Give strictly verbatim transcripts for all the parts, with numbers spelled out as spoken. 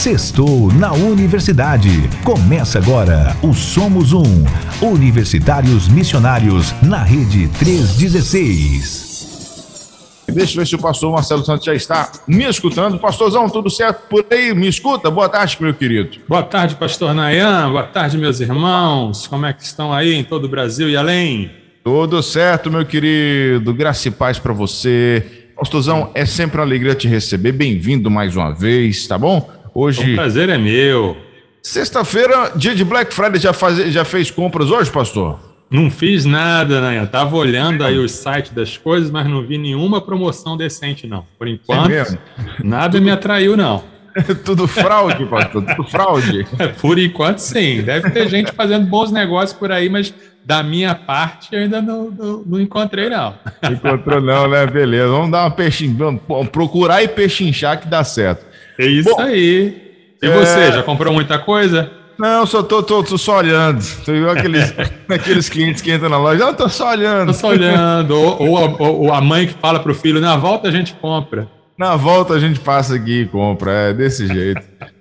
Sextou na Universidade. Começa agora o Somos Um. Universitários Missionários na Rede trezentos e dezesseis. Deixa eu ver se o pastor Marcelo Santos já está me escutando. Pastorzão, tudo certo por aí? Me escuta? Boa tarde, meu querido. Boa tarde, pastor Nayan. Boa tarde, meus irmãos. Como é que estão aí em todo o Brasil e além? Tudo certo, meu querido. Graça e paz para você. Pastorzão, é sempre uma alegria te receber. Bem-vindo mais uma vez, tá bom? Hoje... O prazer é meu. Sexta-feira, dia de Black Friday, já, faz... já fez compras hoje, pastor? Não fiz nada, né? Tava olhando aí o site das coisas, mas não vi nenhuma promoção decente, não. Por enquanto, é nada Tudo... me atraiu, não. Tudo fraude, pastor, tudo fraude. Por enquanto, sim. Deve ter gente fazendo bons negócios por aí, mas da minha parte eu ainda não, não, não encontrei, não. Não encontrou, não, né? Beleza. Vamos dar uma pechinchada, procurar e pechinchar que dá certo. É isso Bom, aí. E é... você, já comprou muita coisa? Não, só tô, tô, tô só olhando. Tô igual aqueles, aqueles clientes que entram na loja. Não, tô só olhando. Tô só olhando. ou, ou, a, ou a mãe que fala pro filho, na volta a gente compra. Na volta a gente passa aqui e compra. É desse jeito.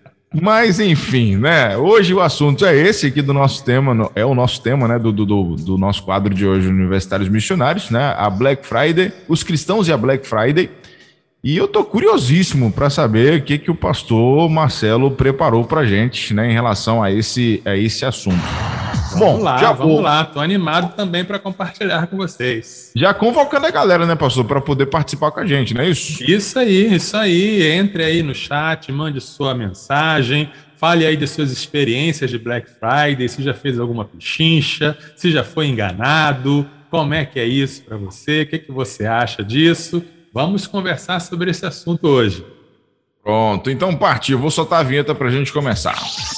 Mas, enfim, né? Hoje o assunto é esse aqui do nosso tema, é o nosso tema, né? Do, do, do nosso quadro de hoje, Universitários Missionários, né? A Black Friday, os cristãos e a Black Friday. E eu tô curiosíssimo para saber o que, que o pastor Marcelo preparou pra gente, né, em relação a esse, a esse assunto. Vamos Bom, lá, já vamos vou... lá. Tô animado também para compartilhar com vocês. Já convocando a galera, né, pastor, para poder participar com a gente, não é isso? Isso aí, isso aí. Entre aí no chat, mande sua mensagem, fale aí de suas experiências de Black Friday, se já fez alguma pechincha, se já foi enganado, como é que é isso para você, o que, que você acha disso? Vamos conversar sobre esse assunto hoje. Pronto, então partiu. Vou soltar a vinheta para a gente começar.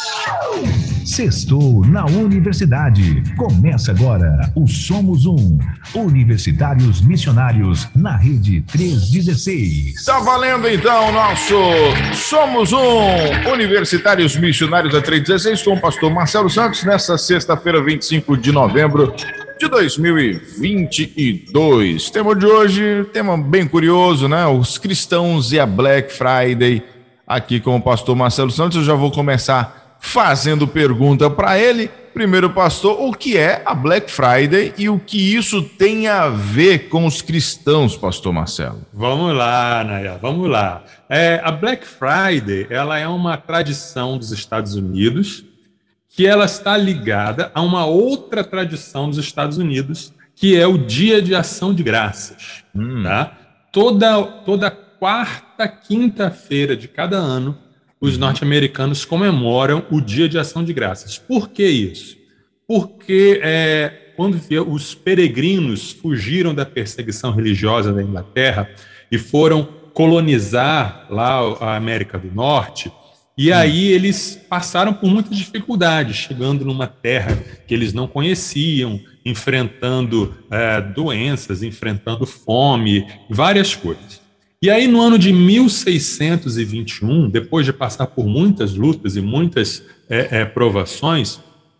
Sextou na Universidade. Começa agora o Somos Um. Universitários Missionários na Rede trezentos e dezesseis. Está valendo então o nosso Somos Um. Universitários Missionários da trezentos e dezesseis com o pastor Marcelo Santos nessa sexta-feira, vinte e cinco de novembro de dois mil e vinte e dois. Tema de hoje, tema bem curioso, né? Os cristãos e a Black Friday. Aqui com o pastor Marcelo Santos, eu já vou começar fazendo pergunta para ele. Primeiro, pastor, o que é a Black Friday e o que isso tem a ver com os cristãos, pastor Marcelo? Vamos lá, Naya, vamos lá. É, a Black Friday, ela é uma tradição dos Estados Unidos, que ela está ligada a uma outra tradição dos Estados Unidos, que é o Dia de Ação de Graças. Hum. Tá? Toda, toda quarta, quinta-feira de cada ano, os norte-americanos comemoram o Dia de Ação de Graças. Por que isso? Porque é, quando os peregrinos fugiram da perseguição religiosa da Inglaterra e foram colonizar lá a América do Norte, e aí eles passaram por muitas dificuldades, chegando numa terra que eles não conheciam, enfrentando é, doenças, enfrentando fome, várias coisas. E aí no ano de mil seiscentos e vinte e um, depois de passar por muitas lutas e muitas é, é, provações,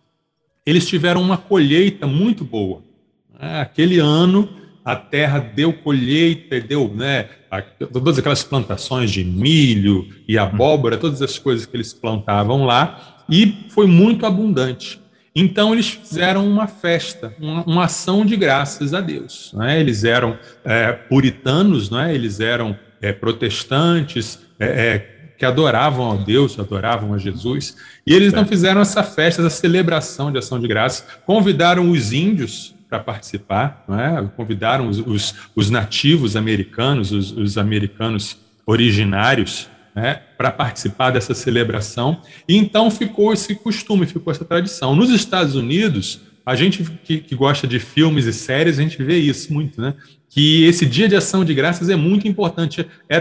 eles tiveram uma colheita muito boa. Aquele ano a terra deu colheita, deu, né, todas aquelas plantações de milho e abóbora, todas as coisas que eles plantavam lá, e foi muito abundante. Então eles fizeram uma festa, uma, uma ação de graças a Deus. Né? Eles eram é, puritanos, né? Eles eram é, protestantes, é, é, que adoravam a Deus, adoravam a Jesus, e eles não fizeram essa festa, essa celebração de ação de graças, convidaram os índios para participar, não é? Convidaram os, os, os nativos americanos, os, os americanos originários, né, para participar dessa celebração, e então ficou esse costume, ficou essa tradição. Nos Estados Unidos, a gente que, que gosta de filmes e séries, a gente vê isso muito, né? Que esse Dia de Ação de Graças é muito importante, é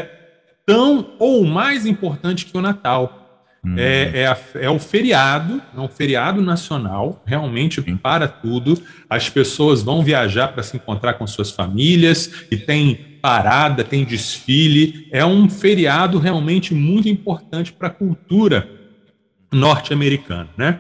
tão ou mais importante que o Natal. Hum. É, é, a, é o feriado, é um feriado nacional, realmente para tudo. As pessoas vão viajar para se encontrar com suas famílias, e tem parada, tem desfile. É um feriado realmente muito importante para a cultura norte-americana, né?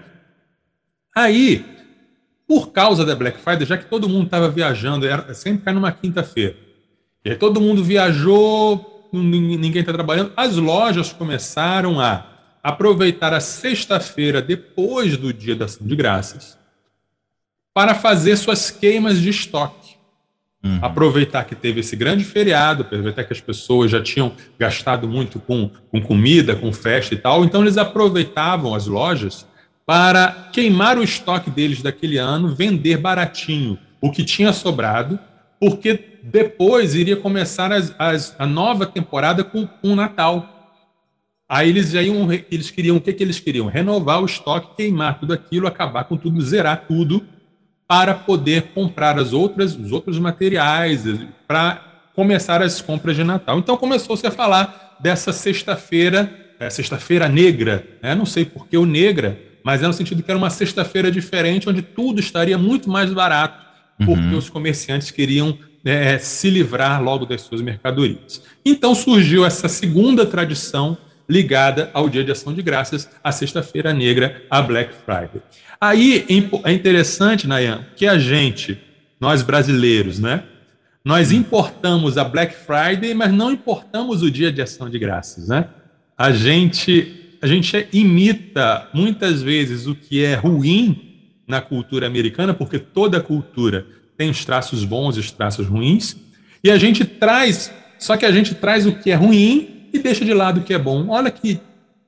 Aí, por causa da Black Friday, já que todo mundo estava viajando, era, sempre cai numa quinta-feira, e aí todo mundo viajou, ninguém está trabalhando, as lojas começaram a aproveitar a sexta-feira depois do Dia da Ação de Graças para fazer suas queimas de estoque. Uhum. Aproveitar que teve esse grande feriado, aproveitar que as pessoas já tinham gastado muito com, com comida, com festa e tal, então eles aproveitavam as lojas para queimar o estoque deles daquele ano, vender baratinho o que tinha sobrado, porque depois iria começar as, as, a nova temporada com o Natal. Aí eles, já iam, eles queriam, o que, que eles queriam? Renovar o estoque, queimar tudo aquilo, acabar com tudo, zerar tudo, para poder comprar as outras, os outros materiais, para começar as compras de Natal. Então começou-se a falar dessa sexta-feira, é, sexta-feira negra, né? Não sei por que o negra, mas é no sentido que era uma sexta-feira diferente, onde tudo estaria muito mais barato, porque uhum. os comerciantes queriam é, se livrar logo das suas mercadorias. Então surgiu essa segunda tradição ligada ao Dia de Ação de Graças, a Sexta-feira Negra, a Black Friday. Aí é interessante, Nayan, que a gente, nós brasileiros, né, nós importamos a Black Friday, mas não importamos o Dia de Ação de Graças, né? A gente, a gente imita muitas vezes o que é ruim na cultura americana, porque toda cultura tem os traços bons e os traços ruins, e a gente traz, só que a gente traz o que é ruim e deixa de lado o que é bom. Olha que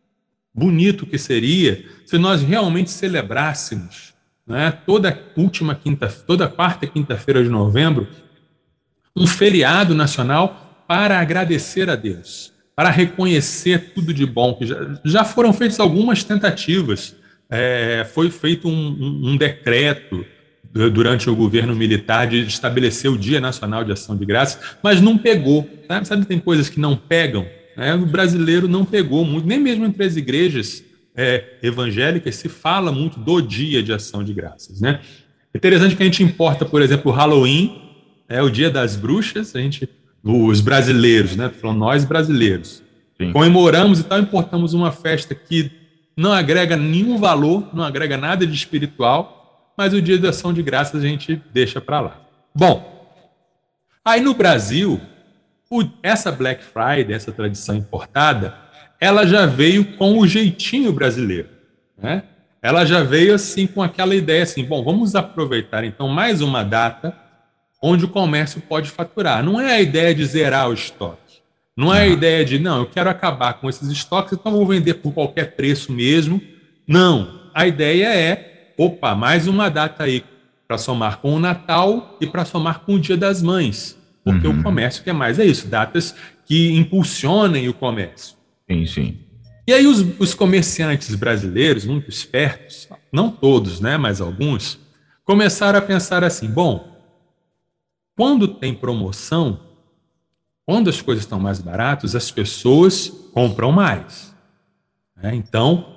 bonito que seria se nós realmente celebrássemos, né, toda última quinta, toda quarta e quinta-feira de novembro, um feriado nacional para agradecer a Deus, para reconhecer tudo de bom que já, já foram feitas algumas tentativas. É, foi feito um, um, um decreto durante o governo militar de estabelecer o Dia Nacional de Ação de Graças, mas não pegou. Sabe, sabe tem coisas que não pegam? É, o brasileiro não pegou muito, nem mesmo entre as igrejas é, evangélicas se fala muito do Dia de Ação de Graças, né? É interessante que a gente importa, por exemplo, o Halloween, é o Dia das Bruxas, a gente, os brasileiros, né? Falando nós brasileiros, sim, comemoramos e tal, importamos uma festa que não agrega nenhum valor, não agrega nada de espiritual, mas o Dia da Ação de Graças a gente deixa para lá. Bom, aí no Brasil, O, essa Black Friday, essa tradição importada, ela já veio com o jeitinho brasileiro, né? Ela já veio assim com aquela ideia assim, bom, vamos aproveitar então mais uma data onde o comércio pode faturar. Não é a ideia de zerar o estoque, não é a ideia de, não, eu quero acabar com esses estoques, então vou vender por qualquer preço mesmo. Não, a ideia é, opa, mais uma data aí para somar com o Natal e para somar com o Dia das Mães. Porque uhum. o comércio quer mais é isso, datas que impulsionem o comércio. Sim, sim. E aí os, os comerciantes brasileiros, muito espertos, não todos, né, mas alguns, começaram a pensar assim, bom, quando tem promoção, quando as coisas estão mais baratas, as pessoas compram mais. Né? Então,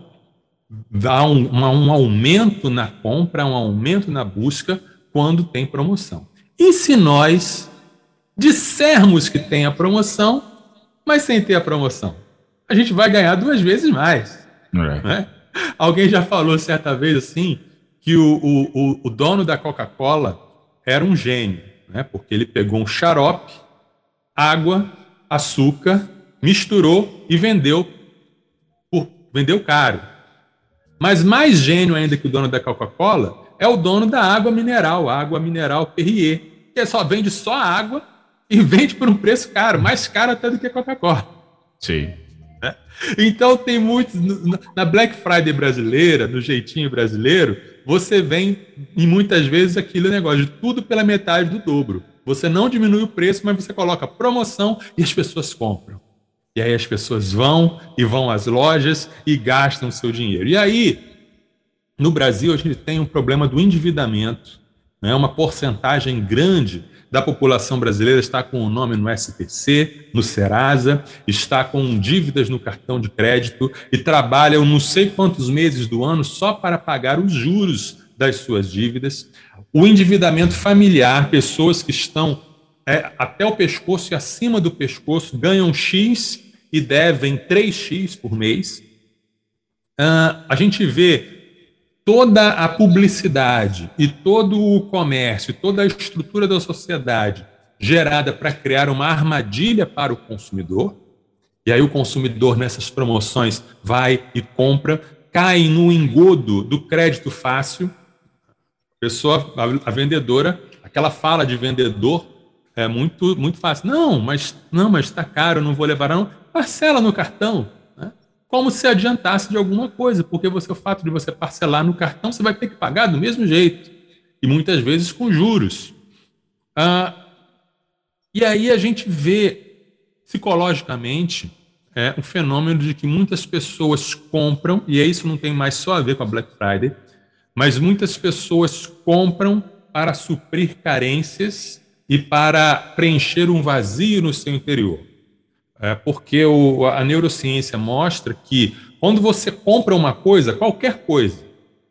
dá um, uma, um aumento na compra, um aumento na busca quando tem promoção. E se nós dissermos que tem a promoção, mas sem ter a promoção, a gente vai ganhar duas vezes mais. É. Né? Alguém já falou certa vez assim, que o, o, o dono da Coca-Cola era um gênio, né? Porque ele pegou um xarope, água, açúcar, misturou e vendeu, por, vendeu caro. Mas mais gênio ainda que o dono da Coca-Cola é o dono da água mineral, a água mineral Perrier, que só vende só a água e vende por um preço caro, mais caro até do que a Coca-Cola. Sim. Né? Então tem muitos, na Black Friday brasileira, no jeitinho brasileiro, você vem, e muitas vezes aquele negócio de tudo pela metade do dobro. Você não diminui o preço, mas você coloca promoção e as pessoas compram. E aí as pessoas vão e vão às lojas e gastam o seu dinheiro. E aí, no Brasil, a gente tem um problema do endividamento, né? Uma porcentagem grande da população brasileira está com o nome no S P C, no Serasa, está com dívidas no cartão de crédito e trabalham não sei quantos meses do ano só para pagar os juros das suas dívidas. O endividamento familiar, pessoas que estão é, até o pescoço e acima do pescoço, ganham X e devem três X por mês. Uh, a gente vê toda a publicidade e todo o comércio, toda a estrutura da sociedade gerada para criar uma armadilha para o consumidor. E e aí o consumidor nessas promoções vai e compra, cai no engodo do crédito fácil. A pessoa, a, a vendedora, aquela fala de vendedor é muito, muito fácil. Não, mas não, mas está caro, não vou levar não. Parcela no cartão, né? Como se adiantasse de alguma coisa, porque você, o fato de você parcelar no cartão, você vai ter que pagar do mesmo jeito, e muitas vezes com juros. Ah, e aí a gente vê psicologicamente é, o fenômeno de que muitas pessoas compram, e isso não tem mais só a ver com a Black Friday, mas muitas pessoas compram para suprir carências e para preencher um vazio no seu interior. É porque o, a neurociência mostra que quando você compra uma coisa, qualquer coisa,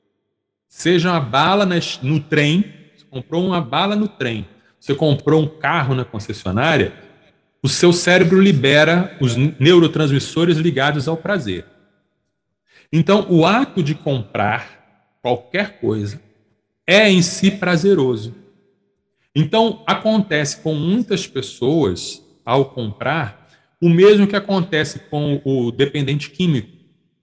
seja uma bala nas, no trem, você comprou uma bala no trem, você comprou um carro na concessionária, o seu cérebro libera os neurotransmissores ligados ao prazer. Então, o ato de comprar qualquer coisa é em si prazeroso. Então, acontece com muitas pessoas, ao comprar, o mesmo que acontece com o dependente químico,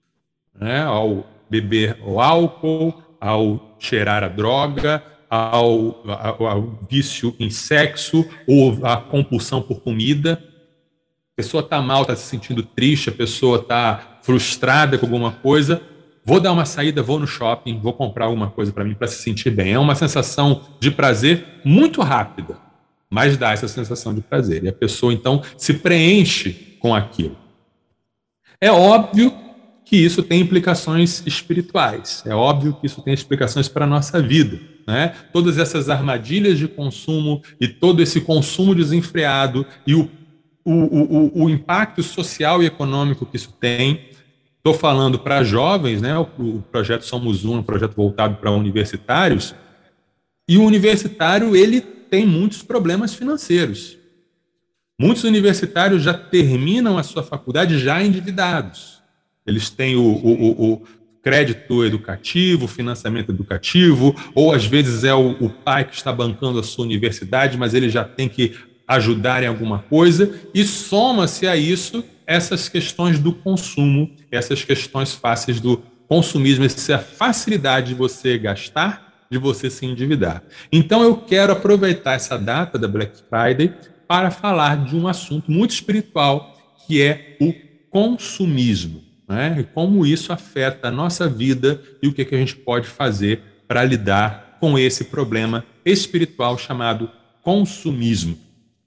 né? Ao beber o álcool, ao cheirar a droga, ao, ao, ao vício em sexo ou a compulsão por comida. A pessoa está mal, está se sentindo triste, a pessoa está frustrada com alguma coisa. Vou dar uma saída, vou no shopping, vou comprar alguma coisa para mim para se sentir bem. É uma sensação de prazer muito rápida, mas dá essa sensação de prazer. E a pessoa, então, se preenche com aquilo. É óbvio que isso tem implicações espirituais. É óbvio que isso tem explicações para a nossa vida, né? Todas essas armadilhas de consumo e todo esse consumo desenfreado e o, o, o, o impacto social e econômico que isso tem. Estou falando para jovens, né? O, o projeto Somos Um, um projeto voltado para universitários, e o universitário ele tem muitos problemas financeiros. Muitos universitários já terminam a sua faculdade já endividados. Eles têm o, o, o crédito educativo, o financiamento educativo, ou às vezes é o, o pai que está bancando a sua universidade, mas ele já tem que ajudar em alguma coisa, e soma-se a isso essas questões do consumo, essas questões fáceis do consumismo, essa facilidade de você gastar, de você se endividar. Então eu quero aproveitar essa data da Black Friday para falar de um assunto muito espiritual, que é o consumismo, né? E como isso afeta a nossa vida e o que, que a gente pode fazer para lidar com esse problema espiritual chamado consumismo.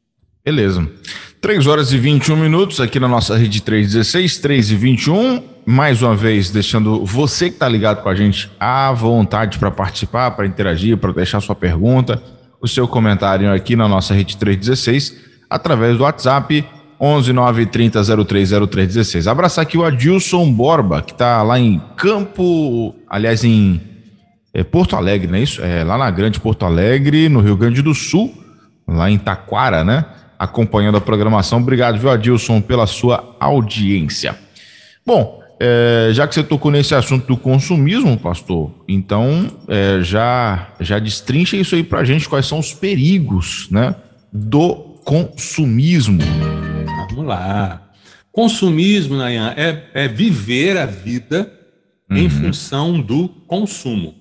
Beleza. três horas e vinte e um minutos aqui na nossa rede trezentos e dezesseis, três e vinte e um. Mais uma vez, deixando você que está ligado com a gente à vontade para participar, para interagir, para deixar sua pergunta, o seu comentário aqui na nossa rede trezentos e dezesseis, através do WhatsApp onze nove trinta zero três zero três dezesseis. Abraçar aqui o Adilson Borba, que está lá em Campo, aliás, em é, Porto Alegre, não é isso? É, lá na Grande Porto Alegre, no Rio Grande do Sul, lá em Taquara, né? Acompanhando a programação. Obrigado, viu, Adilson, pela sua audiência. Bom, é, já que você tocou nesse assunto do consumismo, pastor, então é, já, já destrincha isso aí pra gente, quais são os perigos, né, do consumismo. Vamos lá. Consumismo, Nayan, é, é viver a vida uhum. em função do consumo.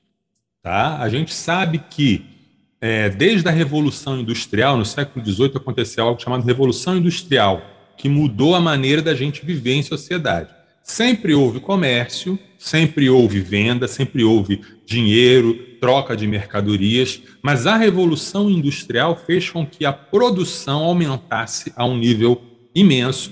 Tá? A gente sabe que É, desde a Revolução Industrial, no século dezoito, aconteceu algo chamado Revolução Industrial, que mudou a maneira da gente viver em sociedade. Sempre houve comércio, sempre houve venda, sempre houve dinheiro, troca de mercadorias, mas a Revolução Industrial fez com que a produção aumentasse a um nível imenso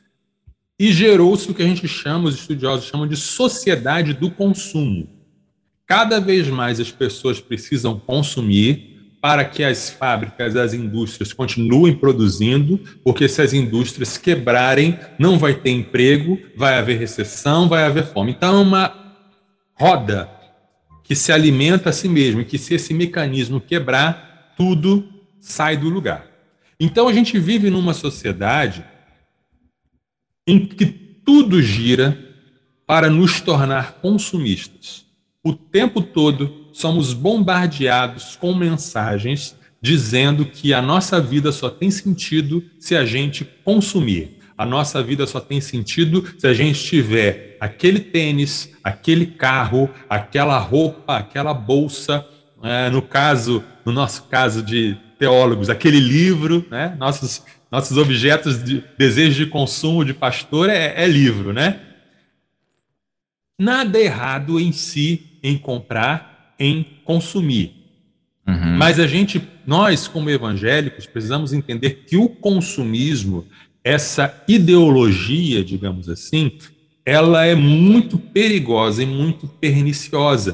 e gerou-se o que a gente chama, os estudiosos chamam de sociedade do consumo. Cada vez mais as pessoas precisam consumir para que as fábricas, as indústrias continuem produzindo, porque se as indústrias quebrarem, não vai ter emprego, vai haver recessão, vai haver fome. Então é uma roda que se alimenta a si mesmo, e que se esse mecanismo quebrar, tudo sai do lugar. Então a gente vive numa sociedade em que tudo gira para nos tornar consumistas. O tempo todo somos bombardeados com mensagens dizendo que a nossa vida só tem sentido se a gente consumir. a nossa vida só tem sentido se a gente tiver aquele tênis, aquele carro, aquela roupa, aquela bolsa, é, no caso, no nosso caso de teólogos, aquele livro, né? Nossos, nossos objetos de desejo de consumo de pastor é, é livro, né? Nada errado em si, em comprar, em consumir. Uhum. Mas a gente, nós como evangélicos, precisamos entender que o consumismo, essa ideologia, digamos assim, ela é muito perigosa e muito perniciosa.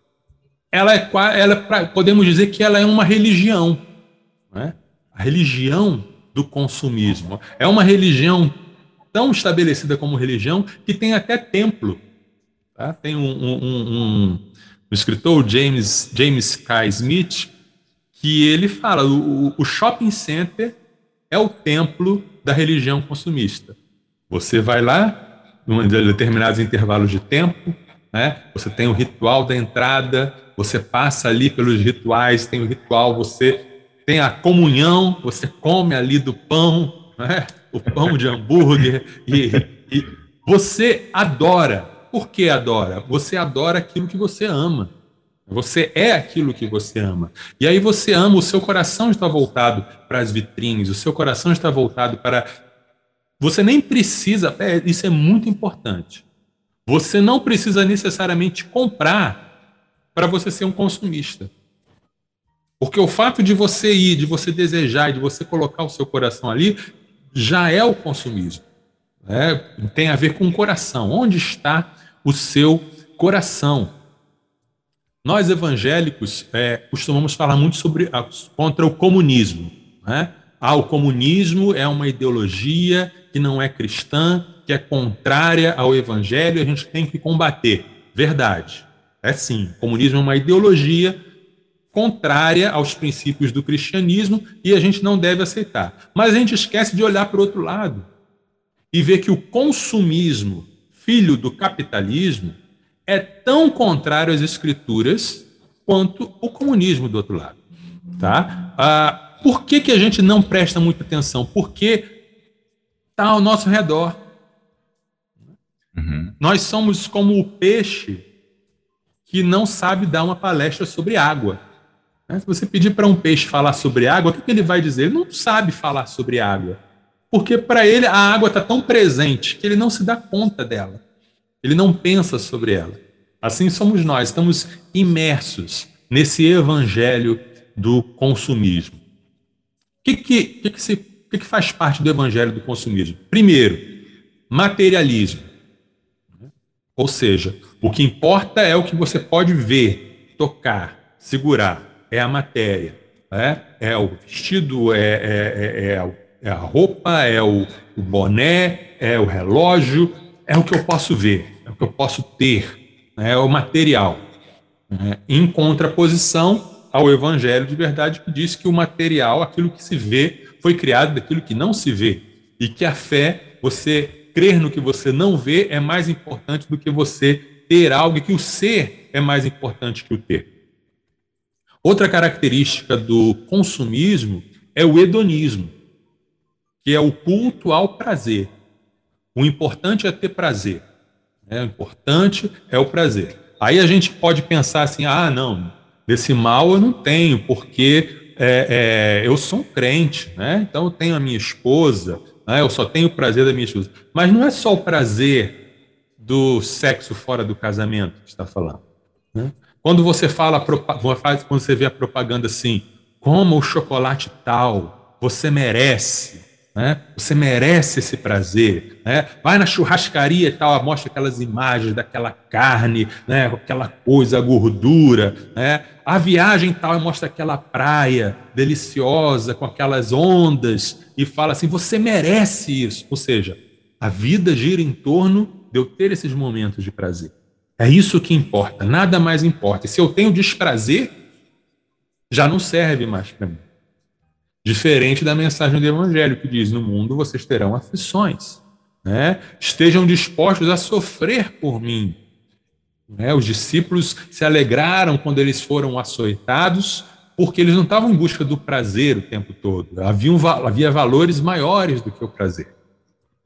Ela é, ela, podemos dizer que ela é uma religião, né? A religião do consumismo. É uma religião tão estabelecida como religião que tem até templo. Tá? Tem um, um, um, um escritor, James, James K. Smith, que ele fala, o, o shopping center é o templo da religião consumista. Você vai lá, em determinados intervalos de tempo, né? Você tem o ritual da entrada, você passa ali pelos rituais, tem o ritual, você tem a comunhão, você come ali do pão, né? O pão de hambúrguer, e, e você adora. Por que adora? Você adora aquilo que você ama. Você é aquilo que você ama. E aí você ama, o seu coração está voltado para as vitrines, o seu coração está voltado para... Você nem precisa, é, isso é muito importante. Você não precisa necessariamente comprar para você ser um consumista. Porque o fato de você ir, de você desejar, de você colocar o seu coração ali, já é o consumismo. É, tem a ver com o coração. Onde está o seu coração? Nós evangélicos é, costumamos falar muito sobre contra o comunismo, né? Ah, o comunismo é uma ideologia que não é cristã, que é contrária ao evangelho, e a gente tem que combater. Verdade. É sim. O comunismo é uma ideologia contrária aos princípios do cristianismo e a gente não deve aceitar. Mas a gente esquece de olhar para o outro lado e ver que o consumismo, filho do capitalismo, é tão contrário às escrituras quanto o comunismo do outro lado. Tá? Ah, por que, que a gente não presta muita atenção? Porque está ao nosso redor. Uhum. Nós somos como o peixe que não sabe dar uma palestra sobre água. Se você pedir para um peixe falar sobre água, o que, que ele vai dizer? Ele não sabe falar sobre água. Porque para ele a água está tão presente que ele não se dá conta dela. Ele não pensa sobre ela. Assim somos nós, estamos imersos nesse evangelho do consumismo. O que, que, que, que, se, que, que faz parte do evangelho do consumismo? Primeiro, materialismo. Ou seja, o que importa é o que você pode ver, tocar, segurar. É a matéria. Né? É o vestido, é, é, é, é a roupa, é o, o boné, é o relógio, é o que eu posso ver, é o que eu posso ter, né? É o material. Né? Em contraposição ao evangelho de verdade, que diz que o material, aquilo que se vê, foi criado daquilo que não se vê. E que a fé, você crer no que você não vê, é mais importante do que você ter algo, e que o ser é mais importante que o ter. Outra característica do consumismo é o hedonismo, que é o culto ao prazer. O importante é ter prazer. Né? O importante é o prazer. Aí a gente pode pensar assim, ah, não, desse mal eu não tenho, porque é, é, eu sou um crente, né? Então eu tenho a minha esposa, né? Eu só tenho o prazer da minha esposa. Mas não é só o prazer do sexo fora do casamento que está falando. Né? Quando você fala, quando você vê a propaganda assim, coma o chocolate tal, você merece, né? Você merece esse prazer, né? Vai na churrascaria e tal, mostra aquelas imagens daquela carne, né? Aquela coisa, a gordura, né? A viagem tal, mostra aquela praia deliciosa com aquelas ondas e fala assim, você merece isso. Ou seja, a vida gira em torno de eu ter esses momentos de prazer. É isso que importa, nada mais importa. E se eu tenho desprazer, já não serve mais para mim. Diferente da mensagem do Evangelho, que diz, no mundo vocês terão aflições. Né? Estejam dispostos a sofrer por mim. Né? Os discípulos se alegraram quando eles foram açoitados, porque eles não estavam em busca do prazer o tempo todo. Havia, um, havia valores maiores do que o prazer.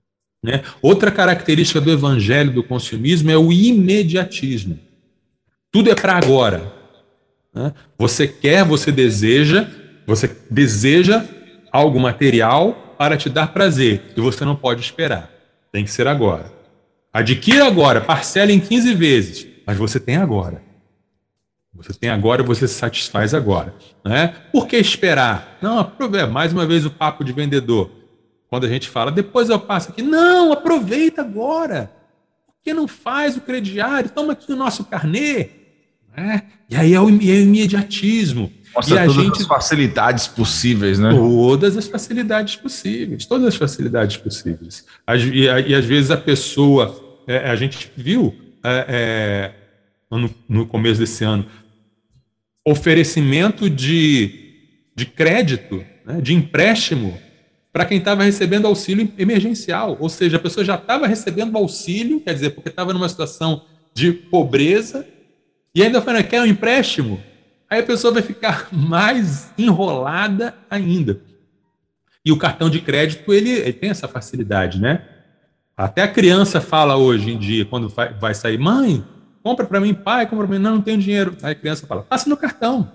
né? Outra característica do evangelho do consumismo é o imediatismo. Tudo é para agora, né? Você quer, você deseja, você deseja algo material para te dar prazer e você não pode esperar. Tem que ser agora. Adquira agora, parcela em quinze vezes, mas você tem agora. Você tem agora e você se satisfaz agora, né? Por que esperar? Não, aproveita. Mais uma vez o papo de vendedor. Quando a gente fala, depois eu passo aqui. Não, aproveita agora. Por que não faz o crediário? Toma aqui o nosso carnê. Né? E aí é o, é o imediatismo. Mostra e a todas gente... as facilidades possíveis, né? Todas as facilidades possíveis. Todas as facilidades possíveis. E, e às vezes a pessoa... É, a gente viu é, é, no, no começo desse ano oferecimento de, de crédito, né, de empréstimo para quem estava recebendo auxílio emergencial. Ou seja, a pessoa já estava recebendo auxílio, quer dizer, porque estava numa situação de pobreza, e ainda falando, quer um empréstimo? Aí a pessoa vai ficar mais enrolada ainda. E o cartão de crédito, ele, ele tem essa facilidade, né? Até a criança fala hoje em dia, quando vai, vai sair, mãe, compra para mim, pai, compra para mim, não, não tenho dinheiro. Aí a criança fala, passa no cartão.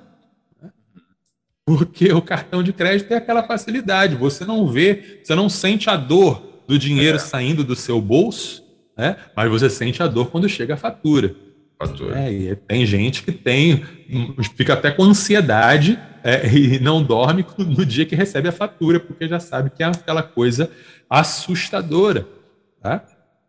Porque o cartão de crédito tem aquela facilidade, você não vê, você não sente a dor do dinheiro é. saindo do seu bolso, né? Mas você sente a dor quando chega a fatura. fatura. É, e tem gente que tem, fica até com ansiedade é, e não dorme no dia que recebe a fatura, porque já sabe que é aquela coisa assustadora. Tá?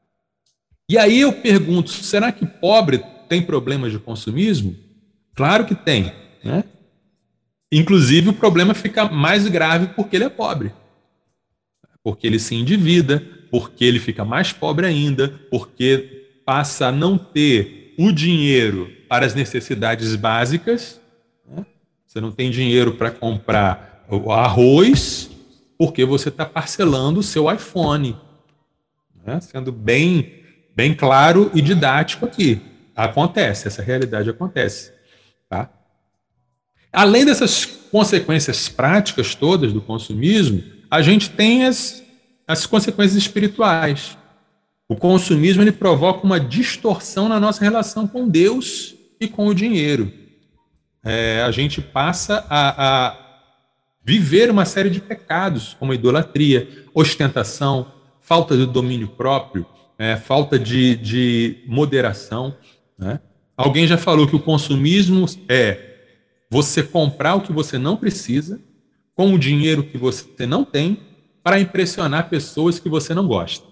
E aí eu pergunto, será que pobre tem problemas de consumismo? Claro que tem, né? Inclusive o problema fica mais grave porque ele é pobre, porque ele se endivida, porque ele fica mais pobre ainda, porque passa a não ter o dinheiro para as necessidades básicas, né? Você não tem dinheiro para comprar o arroz porque você está parcelando o seu iPhone, né? Sendo bem, bem claro e didático aqui. Acontece, essa realidade acontece. Tá? Além dessas consequências práticas todas do consumismo, a gente tem as, as consequências espirituais. O consumismo ele provoca uma distorção na nossa relação com Deus e com o dinheiro. É, a gente passa a, a viver uma série de pecados, como idolatria, ostentação, falta de domínio próprio, é, falta de, de moderação, né? Alguém já falou que o consumismo é você comprar o que você não precisa, com o dinheiro que você não tem, para impressionar pessoas que você não gosta.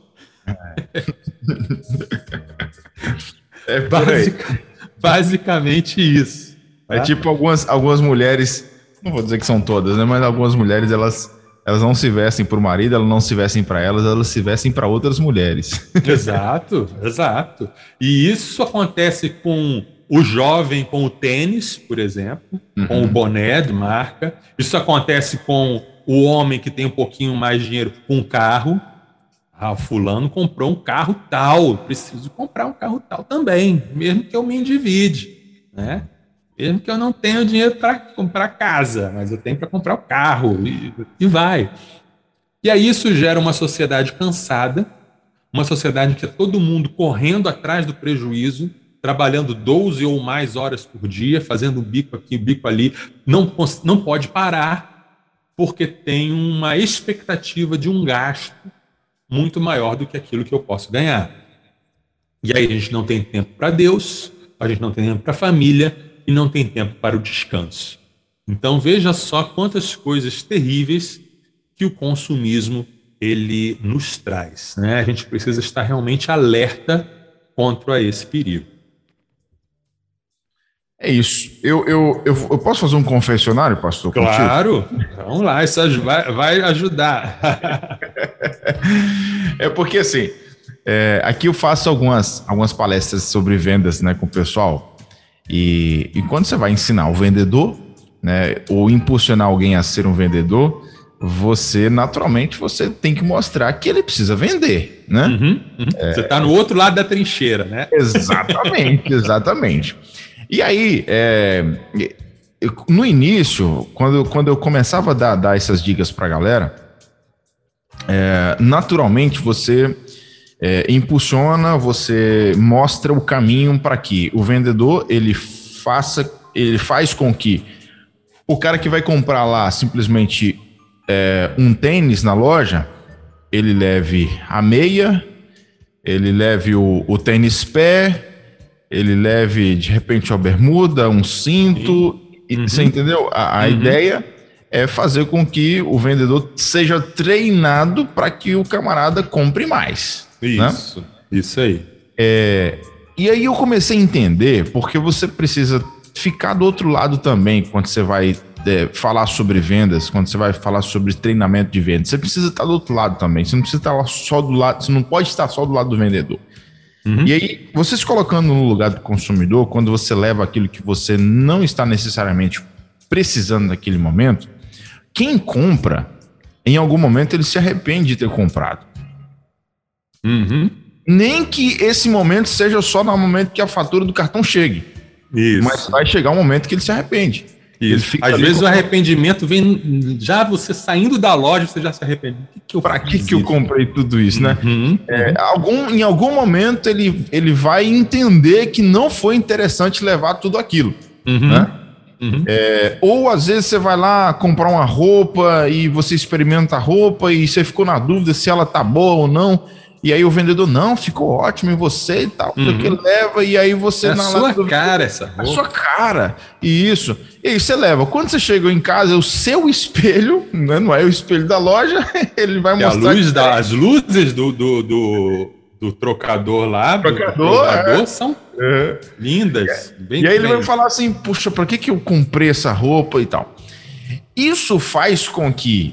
É Basic, basicamente isso. Tá? É tipo algumas, algumas mulheres, não vou dizer que são todas, né? Mas algumas mulheres, elas, elas não se vestem para o marido, elas não se vestem para elas, elas se vestem para outras mulheres. Exato, exato. E isso acontece com o jovem com o tênis, por exemplo, uhum. com o boné de marca. Isso acontece com o homem que tem um pouquinho mais de dinheiro com um carro. Ah, fulano comprou um carro tal, preciso comprar um carro tal também, mesmo que eu me endivide, né? Mesmo que eu não tenha dinheiro para comprar casa, mas eu tenho para comprar o carro, e, e vai. E aí isso gera uma sociedade cansada, uma sociedade que é todo mundo correndo atrás do prejuízo, trabalhando doze ou mais horas por dia, fazendo um bico aqui, um bico ali, não, não pode parar, porque tem uma expectativa de um gasto muito maior do que aquilo que eu posso ganhar. E aí a gente não tem tempo para Deus, a gente não tem tempo para a família e não tem tempo para o descanso. Então veja só quantas coisas terríveis que o consumismo ele nos traz, né? A gente precisa estar realmente alerta contra esse perigo. É isso. Eu, eu, eu, eu posso fazer um confessionário, pastor? Claro. Contigo? Vamos lá, isso vai, vai ajudar. É porque, assim, é, aqui eu faço algumas, algumas palestras sobre vendas, né, com o pessoal. E, e quando você vai ensinar o vendedor, né, ou impulsionar alguém a ser um vendedor, você, naturalmente, você tem que mostrar que ele precisa vender, né? Uhum, uhum. É, você está no outro lado da trincheira, né? Exatamente, exatamente. E aí, é, no início, quando, quando eu começava a dar, dar essas dicas para a galera, é, naturalmente você é, impulsiona, você mostra o caminho para que o vendedor ele faça, ele faz com que o cara que vai comprar lá simplesmente é, um tênis na loja, ele leve a meia, ele leve o, o tênis pé, ele leve de repente a bermuda, um cinto, uhum. Você entendeu? A, a uhum. ideia é fazer com que o vendedor seja treinado para que o camarada compre mais. Isso, né? Isso aí. É, e aí eu comecei a entender porque você precisa ficar do outro lado também quando você vai é, falar sobre vendas, quando você vai falar sobre treinamento de vendas. Você precisa estar do outro lado também. Você não precisa estar só do lado, você não pode estar só do lado do vendedor. Uhum. E aí, você se colocando no lugar do consumidor, quando você leva aquilo que você não está necessariamente precisando naquele momento, quem compra, em algum momento ele se arrepende de ter comprado. Uhum. Nem que esse momento seja só no momento que a fatura do cartão chegue. Isso. Mas vai chegar um momento que ele se arrepende. Ele fica Às vezes com... o arrependimento vem já você saindo da loja, você já se arrepende. Que Para que, que eu comprei tudo isso, né? Uhum. É, algum, em algum momento ele, ele vai entender que não foi interessante levar tudo aquilo. Uhum. Né? Uhum. É, ou às vezes você vai lá comprar uma roupa e você experimenta a roupa e você ficou na dúvida se ela tá boa ou não. E aí o vendedor, não, ficou ótimo em você e tal, uhum. que ele leva, e aí você... É a na sua do... cara essa roupa. A sua cara, e isso. E aí você leva. Quando você chega em casa, é o seu espelho, né? Não é o espelho da loja, ele vai e mostrar... A luz da, as luzes do, do, do, do trocador lá, trocador, do trocador é. são é. lindas. É. Bem e aí bem. Ele vai falar assim, puxa, pra que, que eu comprei essa roupa e tal? Isso faz com que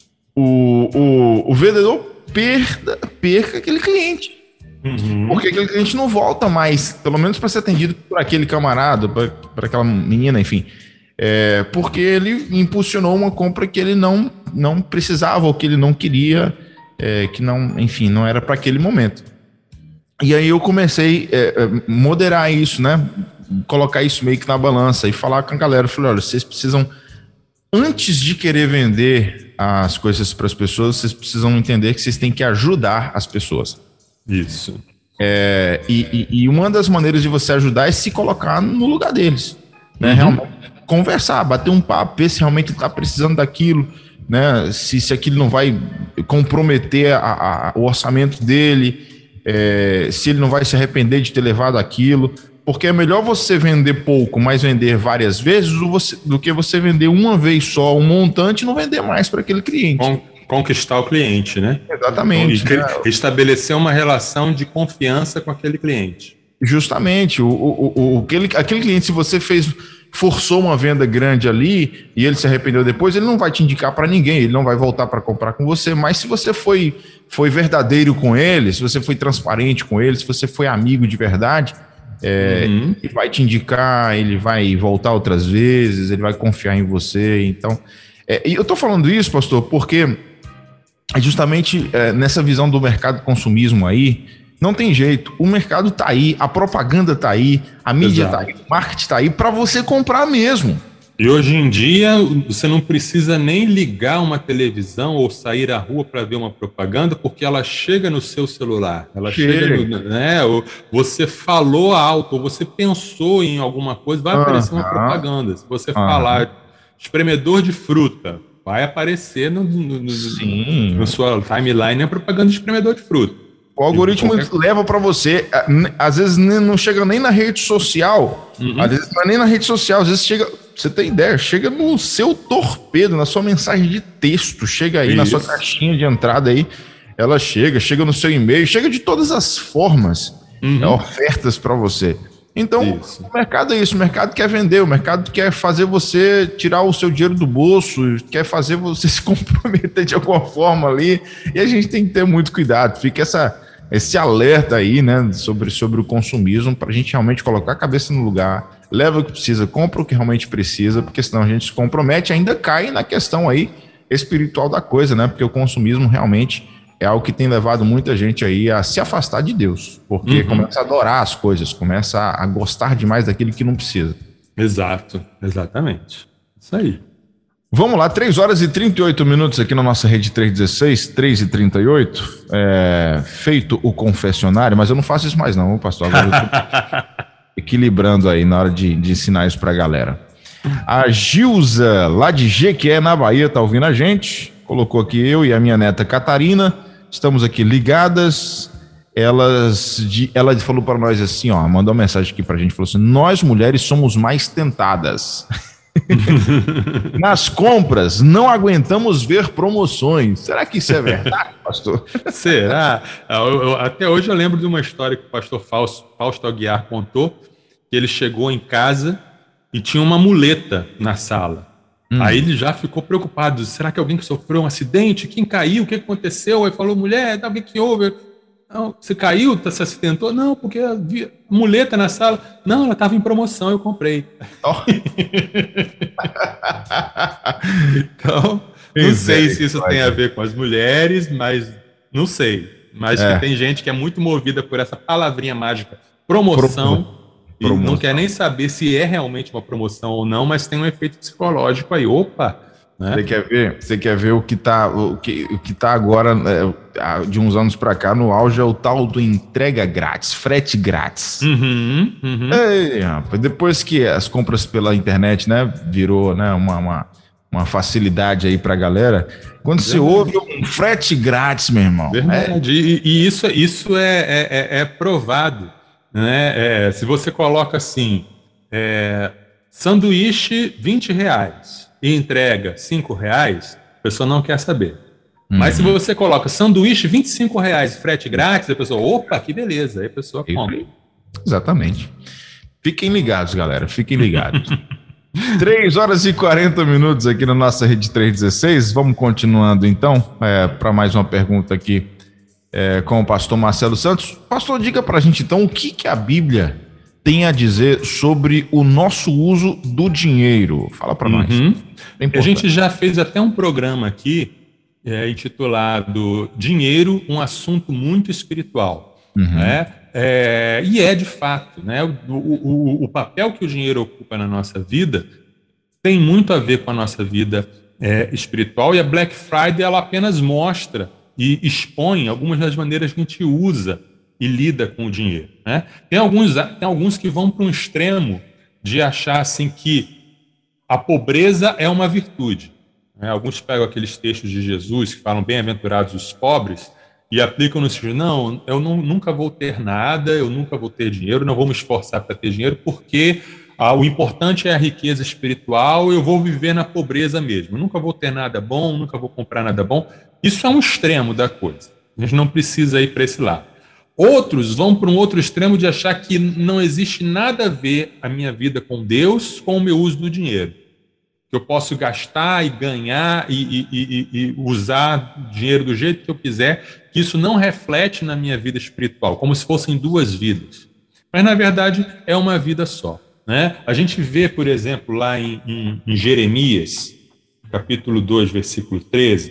o, o, o vendedor perda, perca aquele cliente. Uhum. Porque aquele cliente não volta mais, pelo menos para ser atendido por aquele camarada, para aquela menina, enfim. É, porque ele impulsionou uma compra que ele não, não precisava ou que ele não queria, é, que não, enfim, não era para aquele momento. E aí eu comecei a é, moderar isso, né? Colocar isso meio que na balança e falar com a galera. Eu falei, olha, vocês precisam, antes de querer vender as coisas para as pessoas, vocês precisam entender que vocês têm que ajudar as pessoas. Isso. É, e, e uma das maneiras de você ajudar é se colocar no lugar deles. Né? Uhum. Realmente, conversar, bater um papo, ver se realmente ele está precisando daquilo, né? se, se aquilo não vai comprometer a, a, o orçamento dele, é, se ele não vai se arrepender de ter levado aquilo. Porque é melhor você vender pouco, mas vender várias vezes, do, você, do que você vender uma vez só um montante e não vender mais para aquele cliente. Con- conquistar o cliente, né? Exatamente. Então, né? Estabelecer uma relação de confiança com aquele cliente. Justamente. O, o, o, aquele, aquele cliente, se você fez, forçou uma venda grande ali e ele se arrependeu depois, ele não vai te indicar para ninguém, ele não vai voltar para comprar com você. Mas se você foi, foi verdadeiro com ele, se você foi transparente com ele, se você foi amigo de verdade... É, uhum. Ele vai te indicar, ele vai voltar outras vezes, ele vai confiar em você. Então, é, e eu tô falando isso, pastor, porque justamente é, nessa visão do mercado consumismo aí, não tem jeito, o mercado tá aí, a propaganda tá aí, a mídia Exato. tá aí, o marketing tá aí para você comprar mesmo. E hoje em dia você não precisa nem ligar uma televisão ou sair à rua para ver uma propaganda, porque ela chega no seu celular. Ela chega, chega no, né? Ou você falou alto, ou você pensou em alguma coisa, vai uh-huh. aparecer uma propaganda. Se você uh-huh. falar espremedor de fruta, vai aparecer no, no, no, Sim. no sua timeline a propaganda de espremedor de fruta. O algoritmo qualquer... leva para você, às vezes não chega nem na rede social, uhum. às vezes não é nem na rede social, às vezes chega, você tem ideia, chega no seu torpedo, na sua mensagem de texto, chega aí Isso. na sua caixinha de entrada aí, ela chega, chega no seu e-mail, chega de todas as formas, uhum. é, ofertas para você. Então, isso. o mercado é isso, o mercado quer vender, o mercado quer fazer você tirar o seu dinheiro do bolso, quer fazer você se comprometer de alguma forma ali, e a gente tem que ter muito cuidado, fica essa... esse alerta aí, né, sobre, sobre o consumismo, para a gente realmente colocar a cabeça no lugar, leva o que precisa, compra o que realmente precisa, porque senão a gente se compromete, ainda cai na questão aí espiritual da coisa, né, porque o consumismo realmente é algo que tem levado muita gente aí a se afastar de Deus, porque uhum. começa a adorar as coisas, começa a, a gostar demais daquilo que não precisa. Exato, exatamente, isso aí. Vamos lá, três horas e trinta e oito minutos aqui na nossa rede trezentos e dezesseis, três e trinta e oito. É, feito o confessionário, mas eu não faço isso mais não, pastor. Agora eu tô equilibrando aí na hora de, de ensinar isso pra galera. A Gilza, lá de Jequié, na Bahia, tá ouvindo a gente. Colocou aqui eu e a minha neta Catarina. Estamos aqui ligadas. Elas, de, ela falou para nós assim, ó, mandou uma mensagem aqui pra gente, falou assim: nós mulheres somos mais tentadas. Nas compras, não aguentamos ver promoções. Será que isso é verdade, pastor? Será? Eu, eu, até hoje eu lembro de uma história que o pastor Fausto, Fausto Aguiar contou, que ele chegou em casa e tinha uma muleta na sala. Hum. Aí ele já ficou preocupado. Será que alguém que sofreu um acidente? Quem caiu? O que aconteceu? Aí falou: mulher, o que houve? Não, você caiu? Você acidentou? Não, porque havia muleta na sala. Não, ela estava em promoção, eu comprei. Oh. Então, não sei se isso tem a ver com as mulheres, mas não sei. Mas é. que tem gente que é muito movida por essa palavrinha mágica, promoção, Pro... e promoção. Não quer nem saber se é realmente uma promoção ou não, mas tem um efeito psicológico aí. Opa! Né? Você quer ver? Você quer ver o que está o que, o que tá agora, de uns anos para cá, no auge é o tal do entrega grátis, frete grátis. Uhum, uhum. Ei, rapaz, depois que as compras pela internet, né, virou, né, uma, uma, uma facilidade aí para a galera, quando você ouve um frete grátis, meu irmão. Verdade. É... E, e isso, isso é, é, é provado, né? É, se você coloca assim, é, sanduíche vinte reais. E entrega cinco reais, a pessoa não quer saber. Uhum. Mas se você coloca sanduíche vinte e cinco reais, frete grátis, a pessoa, opa, que beleza, aí a pessoa compra. Exatamente. Fiquem ligados, galera, fiquem ligados. três horas e quarenta minutos aqui na nossa rede trezentos e dezesseis. Vamos continuando então, é, para mais uma pergunta aqui é, com o pastor Marcelo Santos. Pastor, diga para a gente então o que, que a Bíblia tem a dizer sobre o nosso uso do dinheiro. Fala para nós. Uhum. É a gente já fez até um programa aqui é, intitulado Dinheiro, um assunto muito espiritual. Uhum. Né? É, e é de fato, né? O, o, o papel que o dinheiro ocupa na nossa vida tem muito a ver com a nossa vida é, espiritual, e a Black Friday ela apenas mostra e expõe algumas das maneiras que a gente usa e lida com o dinheiro, né? Tem alguns, tem alguns que vão para um extremo de achar assim que a pobreza é uma virtude, né? Alguns pegam aqueles textos de Jesus que falam bem-aventurados os pobres e aplicam no sentido, não, eu não, nunca vou ter nada, eu nunca vou ter dinheiro, não vou me esforçar para ter dinheiro porque ah, o importante é a riqueza espiritual, eu vou viver na pobreza mesmo, eu nunca vou ter nada bom, nunca vou comprar nada bom. Isso é um extremo da coisa, a gente não precisa ir para esse lado. Outros vão para um outro extremo de achar que não existe nada a ver a minha vida com Deus com o meu uso do dinheiro. Que eu posso gastar e ganhar e, e, e, e usar dinheiro do jeito que eu quiser, que isso não reflete na minha vida espiritual, como se fossem duas vidas. Mas, na verdade, é uma vida só. Né? A gente vê, por exemplo, lá em, em, em Jeremias, capítulo dois, versículo treze,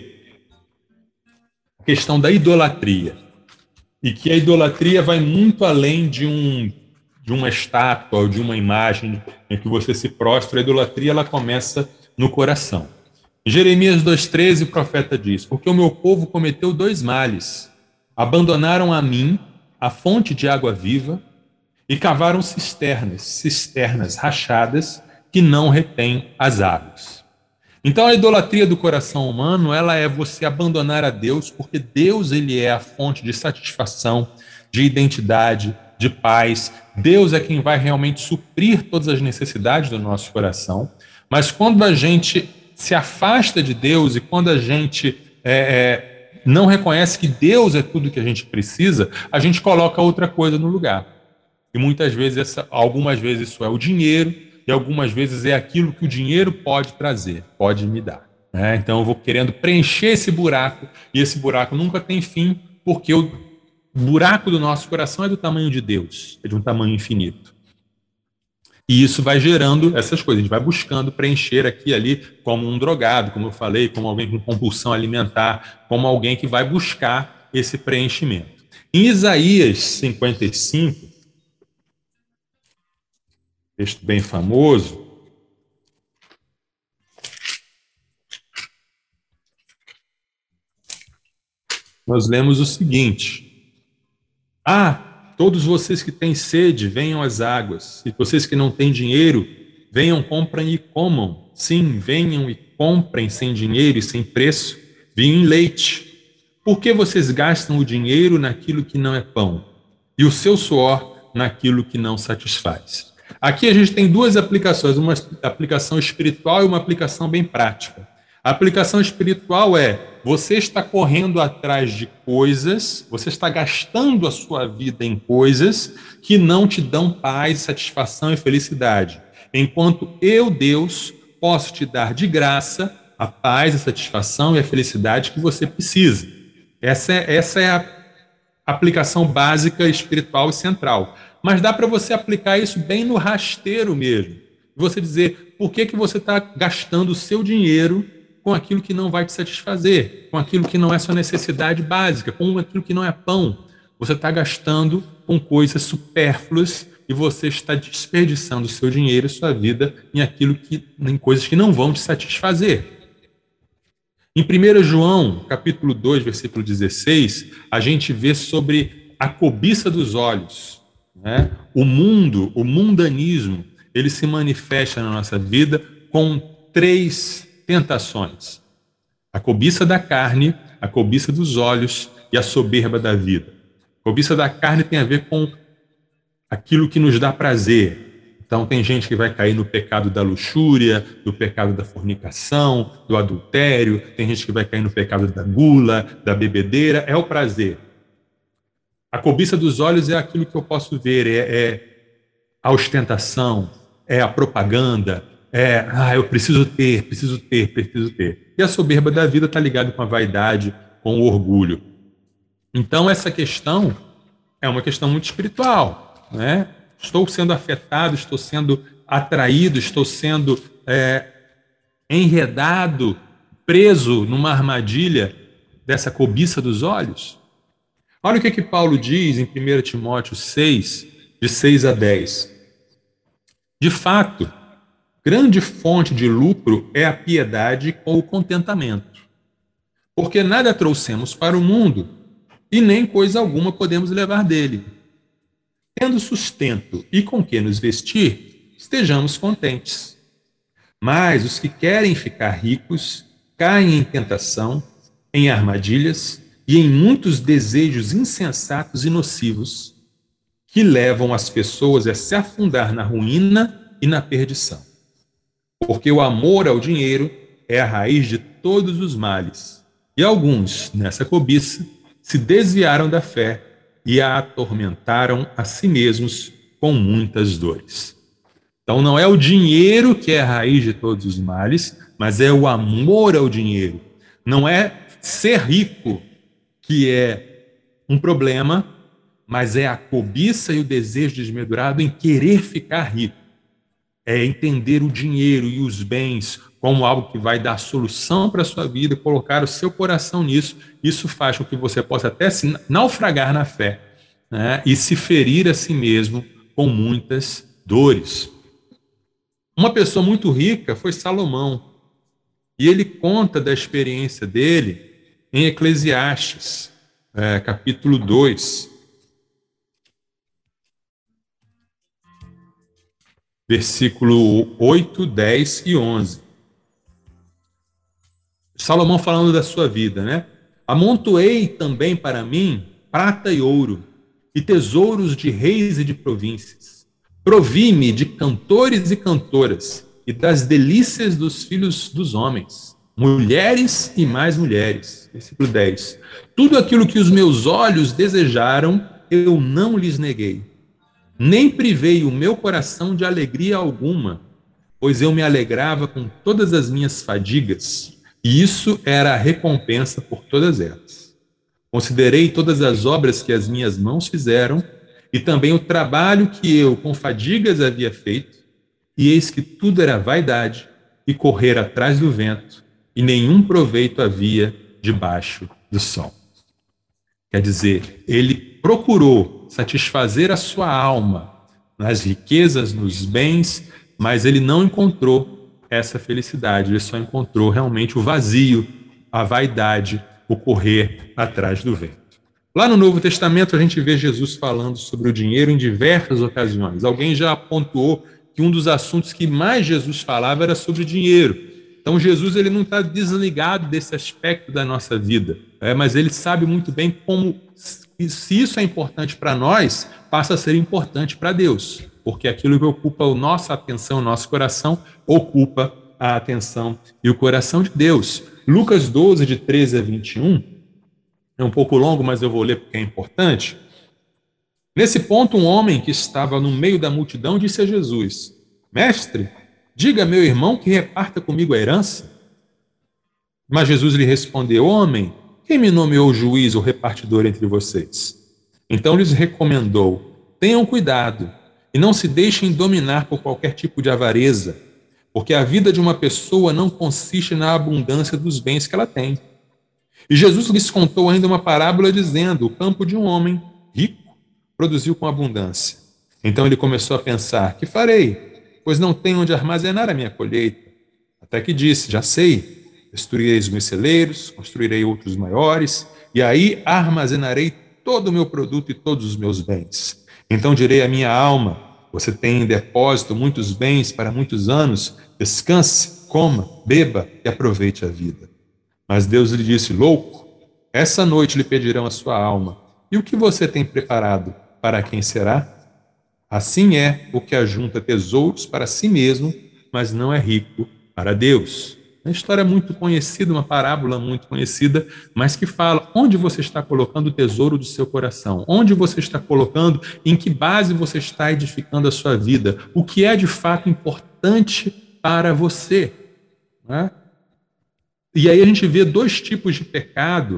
a questão da idolatria. E que a idolatria vai muito além de, um, de uma estátua ou de uma imagem em que você se prostra. A idolatria ela começa no coração. Em Jeremias dois, treze, o profeta diz: porque o meu povo cometeu dois males. Abandonaram a mim, a fonte de água viva, e cavaram cisternas, cisternas rachadas que não retêm as águas. Então a idolatria do coração humano, ela é você abandonar a Deus, porque Deus ele é a fonte de satisfação, de identidade, de paz. Deus é quem vai realmente suprir todas as necessidades do nosso coração. Mas quando a gente se afasta de Deus e quando a gente é, é, não reconhece que Deus é tudo que a gente precisa, a gente coloca outra coisa no lugar. E muitas vezes, essa, algumas vezes isso é o dinheiro, e algumas vezes é aquilo que o dinheiro pode trazer, pode me dar. Né? Então eu vou querendo preencher esse buraco, e esse buraco nunca tem fim, porque o buraco do nosso coração é do tamanho de Deus, é de um tamanho infinito. E isso vai gerando essas coisas, a gente vai buscando preencher aqui e ali, como um drogado, como eu falei, como alguém com compulsão alimentar, como alguém que vai buscar esse preenchimento. Em Isaías cinquenta e cinco, texto bem famoso, nós lemos o seguinte: Ah, todos vocês que têm sede, venham às águas. E vocês que não têm dinheiro, venham, comprem e comam. Sim, venham e comprem sem dinheiro e sem preço vinho e leite. Por que vocês gastam o dinheiro naquilo que não é pão e o seu suor naquilo que não satisfaz? Aqui a gente tem duas aplicações, uma aplicação espiritual e uma aplicação bem prática. A aplicação espiritual é: você está correndo atrás de coisas, você está gastando a sua vida em coisas que não te dão paz, satisfação e felicidade. Enquanto eu, Deus, posso te dar de graça a paz, a satisfação e a felicidade que você precisa. Essa é, essa é a aplicação básica, espiritual e central. Mas dá para você aplicar isso bem no rasteiro mesmo. Você dizer: por que, que você está gastando o seu dinheiro com aquilo que não vai te satisfazer, com aquilo que não é sua necessidade básica, com aquilo que não é pão? Você está gastando com coisas supérfluas e você está desperdiçando o seu dinheiro e sua vida em aquilo que, em coisas que não vão te satisfazer. Em primeiro João, capítulo dois, versículo dezesseis, a gente vê sobre a cobiça dos olhos, né? O mundo, o mundanismo, ele se manifesta na nossa vida com três tentações: a cobiça da carne, a cobiça dos olhos e a soberba da vida. A cobiça da carne tem a ver com aquilo que nos dá prazer. Então tem gente que vai cair no pecado da luxúria, do pecado da fornicação, do adultério, tem gente que vai cair no pecado da gula, da bebedeira, é o prazer. A cobiça dos olhos é aquilo que eu posso ver, é, é a ostentação, é a propaganda, é, ah, eu preciso ter, preciso ter, preciso ter. E a soberba da vida está ligada com a vaidade, com o orgulho. Então essa questão é uma questão muito espiritual, né? Estou sendo afetado, estou sendo atraído, estou sendo é, enredado, preso numa armadilha dessa cobiça dos olhos. Olha o que, que Paulo diz em primeiro Timóteo seis, de seis a dez. De fato, grande fonte de lucro é a piedade com o contentamento, porque nada trouxemos para o mundo e nem coisa alguma podemos levar dele. Tendo sustento e com que nos vestir, estejamos contentes. Mas os que querem ficar ricos caem em tentação, em armadilhas e em muitos desejos insensatos e nocivos que levam as pessoas a se afundar na ruína e na perdição. Porque o amor ao dinheiro é a raiz de todos os males, e alguns, nessa cobiça, se desviaram da fé e a atormentaram a si mesmos com muitas dores. Então não é o dinheiro que é a raiz de todos os males, mas é o amor ao dinheiro. Não é ser rico que é um problema, mas é a cobiça e o desejo desmedurado em querer ficar rico. É entender o dinheiro e os bens como algo que vai dar solução para a sua vida, colocar o seu coração nisso. Isso faz com que você possa até se naufragar na fé, né, e se ferir a si mesmo com muitas dores. Uma pessoa muito rica foi Salomão, e ele conta da experiência dele em Eclesiastes, é, capítulo dois, versículo oito, dez e onze. Salomão falando da sua vida, né? Amontoei também para mim prata e ouro, e tesouros de reis e de províncias. Provi-me de cantores e cantoras, e das delícias dos filhos dos homens, mulheres e mais mulheres. Versículo dez. Tudo aquilo que os meus olhos desejaram, eu não lhes neguei. Nem privei o meu coração de alegria alguma, pois eu me alegrava com todas as minhas fadigas, e isso era a recompensa por todas elas. Considerei todas as obras que as minhas mãos fizeram, e também o trabalho que eu com fadigas havia feito, e eis que tudo era vaidade e correr atrás do vento, e nenhum proveito havia debaixo do sol. Quer dizer, ele procurou satisfazer a sua alma nas riquezas, nos bens, mas ele não encontrou essa felicidade, ele só encontrou realmente o vazio, a vaidade o correr atrás do vento. Lá no Novo Testamento, a gente vê Jesus falando sobre o dinheiro em diversas ocasiões. Alguém já pontuou que um dos assuntos que mais Jesus falava era sobre dinheiro. Então, Jesus ele não está desligado desse aspecto da nossa vida, é, mas ele sabe muito bem como, se isso é importante para nós, passa a ser importante para Deus, porque aquilo que ocupa a nossa atenção, o nosso coração, ocupa a atenção e o coração de Deus. Lucas doze, de treze a vinte e um, é um pouco longo, mas eu vou ler porque é importante. Nesse ponto, um homem que estava no meio da multidão disse a Jesus: Mestre, diga a meu irmão que reparta comigo a herança. Mas Jesus lhe respondeu: Homem, quem me nomeou juiz ou repartidor entre vocês? Então lhes recomendou: Tenham cuidado e não se deixem dominar por qualquer tipo de avareza, porque a vida de uma pessoa não consiste na abundância dos bens que ela tem. E Jesus lhes contou ainda uma parábola dizendo: O campo de um homem rico produziu com abundância. Então ele começou a pensar: Que farei? Pois não tenho onde armazenar a minha colheita. Até que disse: Já sei, destruirei os meus celeiros, construirei outros maiores, e aí armazenarei todo o meu produto e todos os meus bens. Então direi à minha alma: Você tem em depósito muitos bens para muitos anos, descanse, coma, beba e aproveite a vida. Mas Deus lhe disse: Louco, essa noite lhe pedirão a sua alma, e o que você tem preparado, para quem será? Assim é o que ajunta tesouros para si mesmo, mas não é rico para Deus. Uma história muito conhecida, uma parábola muito conhecida, mas que fala onde você está colocando o tesouro do seu coração, onde você está colocando, em que base você está edificando a sua vida, o que é de fato importante para você. Né? E aí a gente vê dois tipos de pecado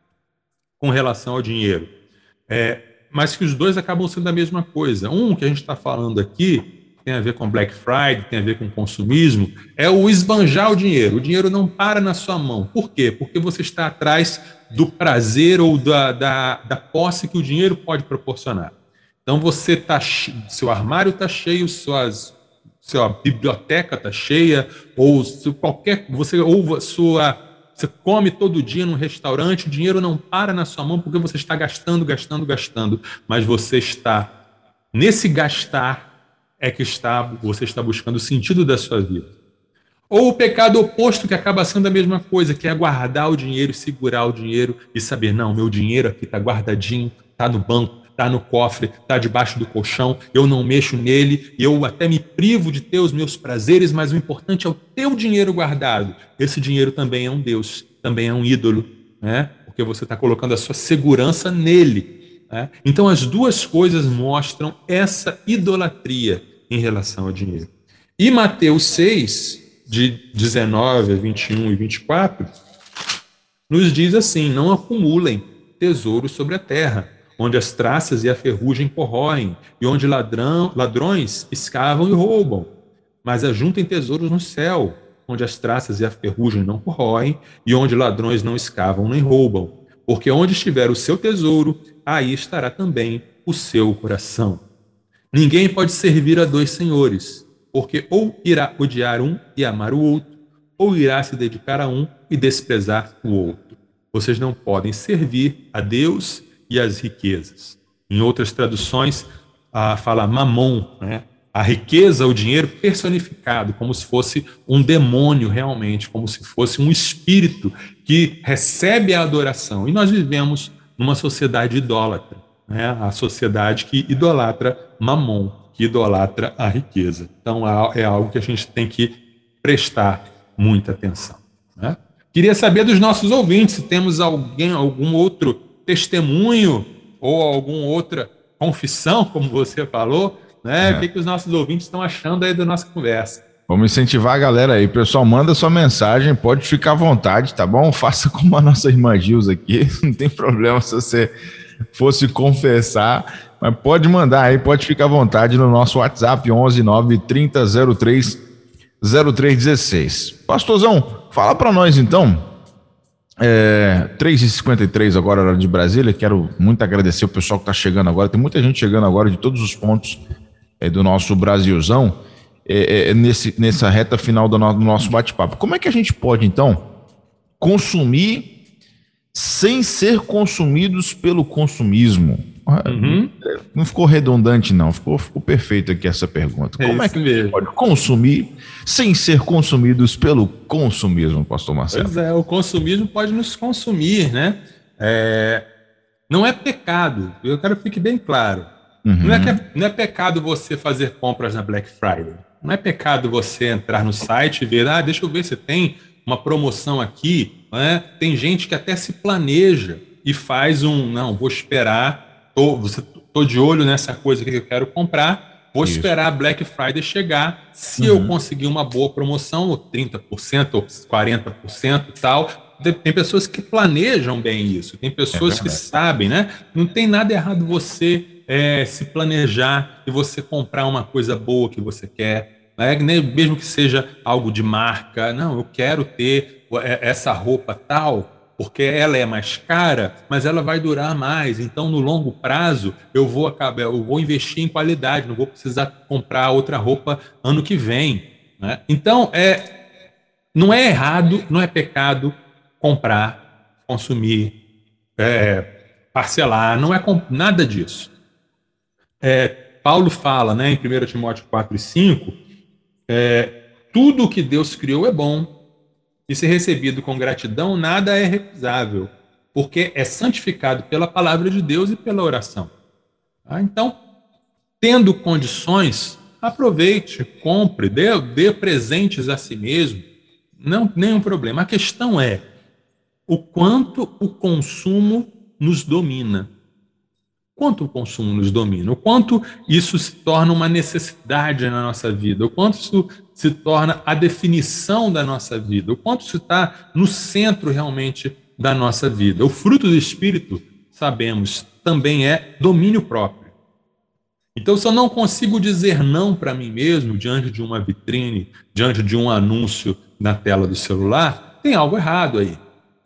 com relação ao dinheiro. É, mas que os dois acabam sendo a mesma coisa. Um que a gente está falando aqui tem a ver com Black Friday, tem a ver com consumismo, é o esbanjar o dinheiro. O dinheiro não para na sua mão. Por quê? Porque você está atrás do prazer ou da, da, da posse que o dinheiro pode proporcionar. Então você tá, seu armário está cheio, suas, sua biblioteca está cheia, ou qualquer, você ou sua Você come todo dia num restaurante, o dinheiro não para na sua mão porque você está gastando, gastando, gastando. Mas você está, nesse gastar, é que está, você está buscando o sentido da sua vida. Ou o pecado oposto, que acaba sendo a mesma coisa, que é guardar o dinheiro, segurar o dinheiro e saber: não, meu dinheiro aqui está guardadinho, está no banco, está no cofre, está debaixo do colchão, eu não mexo nele, eu até me privo de ter os meus prazeres, mas o importante é o teu dinheiro guardado. Esse dinheiro também é um Deus, também é um ídolo, né? Porque você está colocando a sua segurança nele. Né? Então as duas coisas mostram essa idolatria em relação ao dinheiro. E Mateus seis, de dezenove a vinte e um e vinte e quatro, nos diz assim: não acumulem tesouros sobre a terra, onde as traças e a ferrugem corroem, e onde ladrão, ladrões escavam e roubam. Mas ajuntem tesouros no céu, onde as traças e a ferrugem não corroem, e onde ladrões não escavam nem roubam. Porque onde estiver o seu tesouro, aí estará também o seu coração. Ninguém pode servir a dois senhores, porque ou irá odiar um e amar o outro, ou irá se dedicar a um e desprezar o outro. Vocês não podem servir a Deus e as riquezas. Em outras traduções, ah, fala mamon, né? A riqueza, o dinheiro personificado, como se fosse um demônio realmente, como se fosse um espírito que recebe a adoração. E nós vivemos numa sociedade idólatra, né? A sociedade que idolatra mamon, que idolatra a riqueza. Então é algo que a gente tem que prestar muita atenção. Né? Queria saber dos nossos ouvintes se temos alguém, algum outro testemunho ou alguma outra confissão, como você falou, né? É. O que, que os nossos ouvintes estão achando aí da nossa conversa? Vamos incentivar a galera aí. Pessoal, manda sua mensagem, pode ficar à vontade, tá bom? Faça como a nossa irmã Gilza aqui, não tem problema se você fosse confessar, mas pode mandar aí, pode ficar à vontade no nosso WhatsApp onze nove trinta zero três zero três dezesseis. Pastorzão, fala para nós então. É, três e cinquenta e três agora, hora de Brasília. Quero muito agradecer o pessoal que está chegando agora. Tem muita gente chegando agora de todos os pontos é, do nosso Brasilzão, é, é, nesse, nessa reta final do, no, do nosso bate-papo. Como é que a gente pode, então, consumir sem ser consumidos pelo consumismo. Uhum. Não ficou redundante, não. Ficou, ficou perfeito aqui essa pergunta. É Como é que mesmo. pode consumir sem ser consumidos pelo consumismo, pastor Marcelo? Pois é, o consumismo pode nos consumir, né? É, não é pecado, eu quero que fique bem claro. Uhum. Não, é que é, não é pecado você fazer compras na Black Friday. Não é pecado você entrar no site e ver, ah, deixa eu ver se tem uma promoção aqui. Né? Tem gente que até se planeja e faz um, não, vou esperar, tô, você, tô de olho nessa coisa que eu quero comprar, vou Isso. esperar a Black Friday chegar. Se uhum. eu conseguir uma boa promoção, ou trinta por cento, ou quarenta por cento e tal, tem pessoas que planejam bem isso, tem pessoas é que sabem, né? Não tem nada errado você é, se planejar e você comprar uma coisa boa que você quer, né? Mesmo que seja algo de marca. Não, eu quero ter essa roupa tal, porque ela é mais cara, mas ela vai durar mais. Então, no longo prazo, eu vou acabar, eu vou investir em qualidade, não vou precisar comprar outra roupa ano que vem, né? Então, é, não é errado, não é pecado comprar, consumir, é, parcelar, não é nada disso. É, Paulo fala, né, em primeiro Timóteo quatro e cinco, é, tudo o que Deus criou é bom, e se recebido com gratidão, nada é recusável, porque é santificado pela palavra de Deus e pela oração. Tá? Então, tendo condições, aproveite, compre, dê, dê presentes a si mesmo, não nenhum problema. A questão é o quanto o consumo nos domina. Quanto o consumo nos domina? O quanto isso se torna uma necessidade na nossa vida? O quanto isso se torna a definição da nossa vida? O quanto isso está no centro realmente da nossa vida? O fruto do Espírito, sabemos, também é domínio próprio. Então, se eu não consigo dizer não para mim mesmo diante de uma vitrine, diante de um anúncio na tela do celular, tem algo errado aí.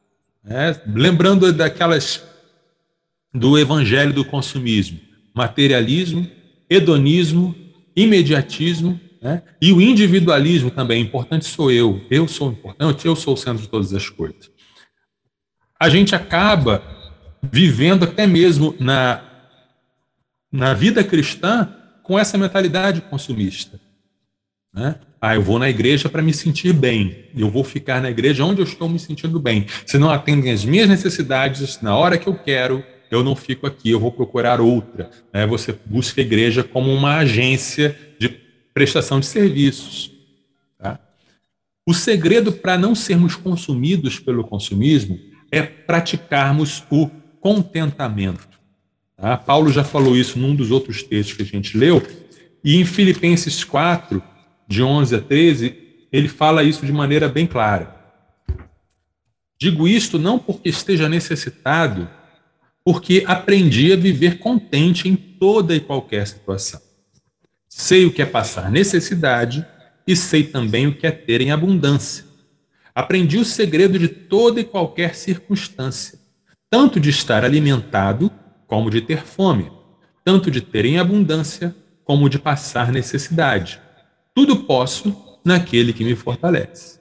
É, lembrando daquelas do evangelho do consumismo, materialismo, hedonismo, imediatismo, né? E o individualismo também. Importante sou eu, eu sou importante, eu sou o centro de todas as coisas. A gente acaba vivendo até mesmo na, na vida cristã com essa mentalidade consumista, né? Ah, eu vou na igreja para me sentir bem. Eu vou ficar na igreja onde eu estou me sentindo bem. Se não atendem as minhas necessidades na hora que eu quero, eu não fico aqui, eu vou procurar outra. É, você busca a igreja como uma agência de prestação de serviços. Tá? O segredo para não sermos consumidos pelo consumismo é praticarmos o contentamento. Tá? Paulo já falou isso num dos outros textos que a gente leu, e em Filipenses quatro, de onze a treze, ele fala isso de maneira bem clara. Digo isto não porque esteja necessitado, porque aprendi a viver contente em toda e qualquer situação. Sei o que é passar necessidade e sei também o que é ter em abundância. Aprendi o segredo de toda e qualquer circunstância, tanto de estar alimentado como de ter fome, tanto de ter em abundância como de passar necessidade. Tudo posso naquele que me fortalece.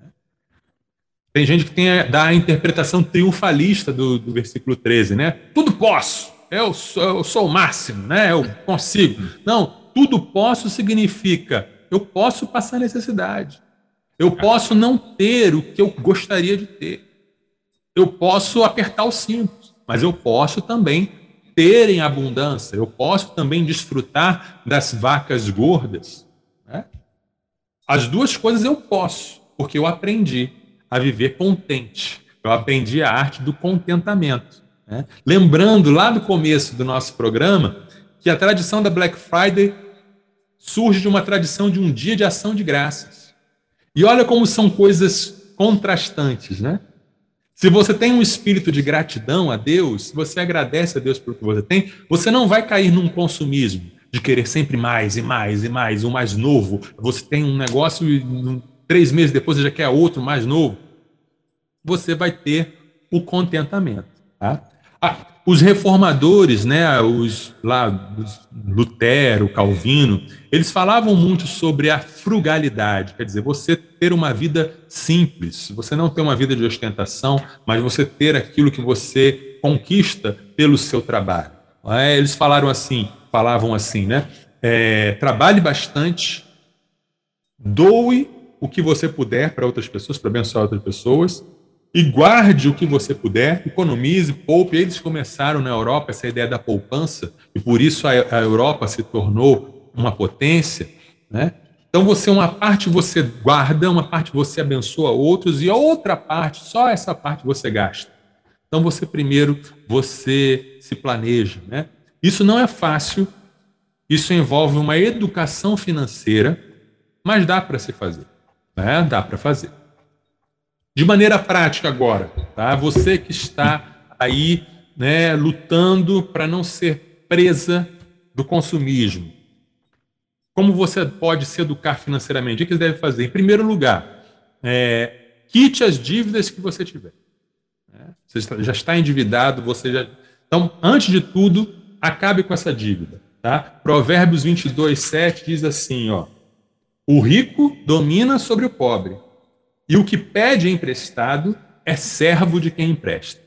Tem gente que tem a, dá a interpretação triunfalista do, do versículo treze, né? Tudo posso, eu sou, eu sou o máximo, né? Eu consigo. Não, tudo posso significa eu posso passar necessidade. Eu posso não ter o que eu gostaria de ter. Eu posso apertar os cintos, mas eu posso também ter em abundância. Eu posso também desfrutar das vacas gordas. Né? As duas coisas eu posso, porque eu aprendi a viver contente. Eu aprendi a arte do contentamento. Né? Lembrando lá do começo do nosso programa que a tradição da Black Friday surge de uma tradição de um dia de ação de graças. E olha como são coisas contrastantes, né? Se você tem um espírito de gratidão a Deus, se você agradece a Deus pelo que você tem, você não vai cair num consumismo de querer sempre mais e mais e mais, o mais novo. Você tem um negócio e três meses depois você já quer outro mais novo. Você vai ter o contentamento. Tá? Ah, Os reformadores, né, os, lá, os Lutero, Calvino, eles falavam muito sobre a frugalidade, quer dizer, você ter uma vida simples, você não ter uma vida de ostentação, mas você ter aquilo que você conquista pelo seu trabalho. É, eles falaram assim, falavam assim, né? É, trabalhe bastante, doe o que você puder para outras pessoas, para abençoar outras pessoas, e guarde o que você puder, economize, poupe. Eles começaram na Europa essa ideia da poupança, e por isso a, a Europa se tornou uma potência, né? Então, você, uma parte você guarda, uma parte você abençoa outros, e a outra parte, só essa parte você gasta. Então, você primeiro, você se planeja, né? Isso não é fácil, isso envolve uma educação financeira, mas dá para se fazer, né? Dá para fazer. De maneira prática agora, tá? Você que está aí, né, lutando para não ser presa do consumismo. Como você pode se educar financeiramente? O que você deve fazer? Em primeiro lugar, é, quite as dívidas que você tiver. Você já está endividado, você já... Então, antes de tudo, acabe com essa dívida, tá? Provérbios vinte e dois, sete diz assim, ó: o rico domina sobre o pobre, e o que pede emprestado é servo de quem empresta.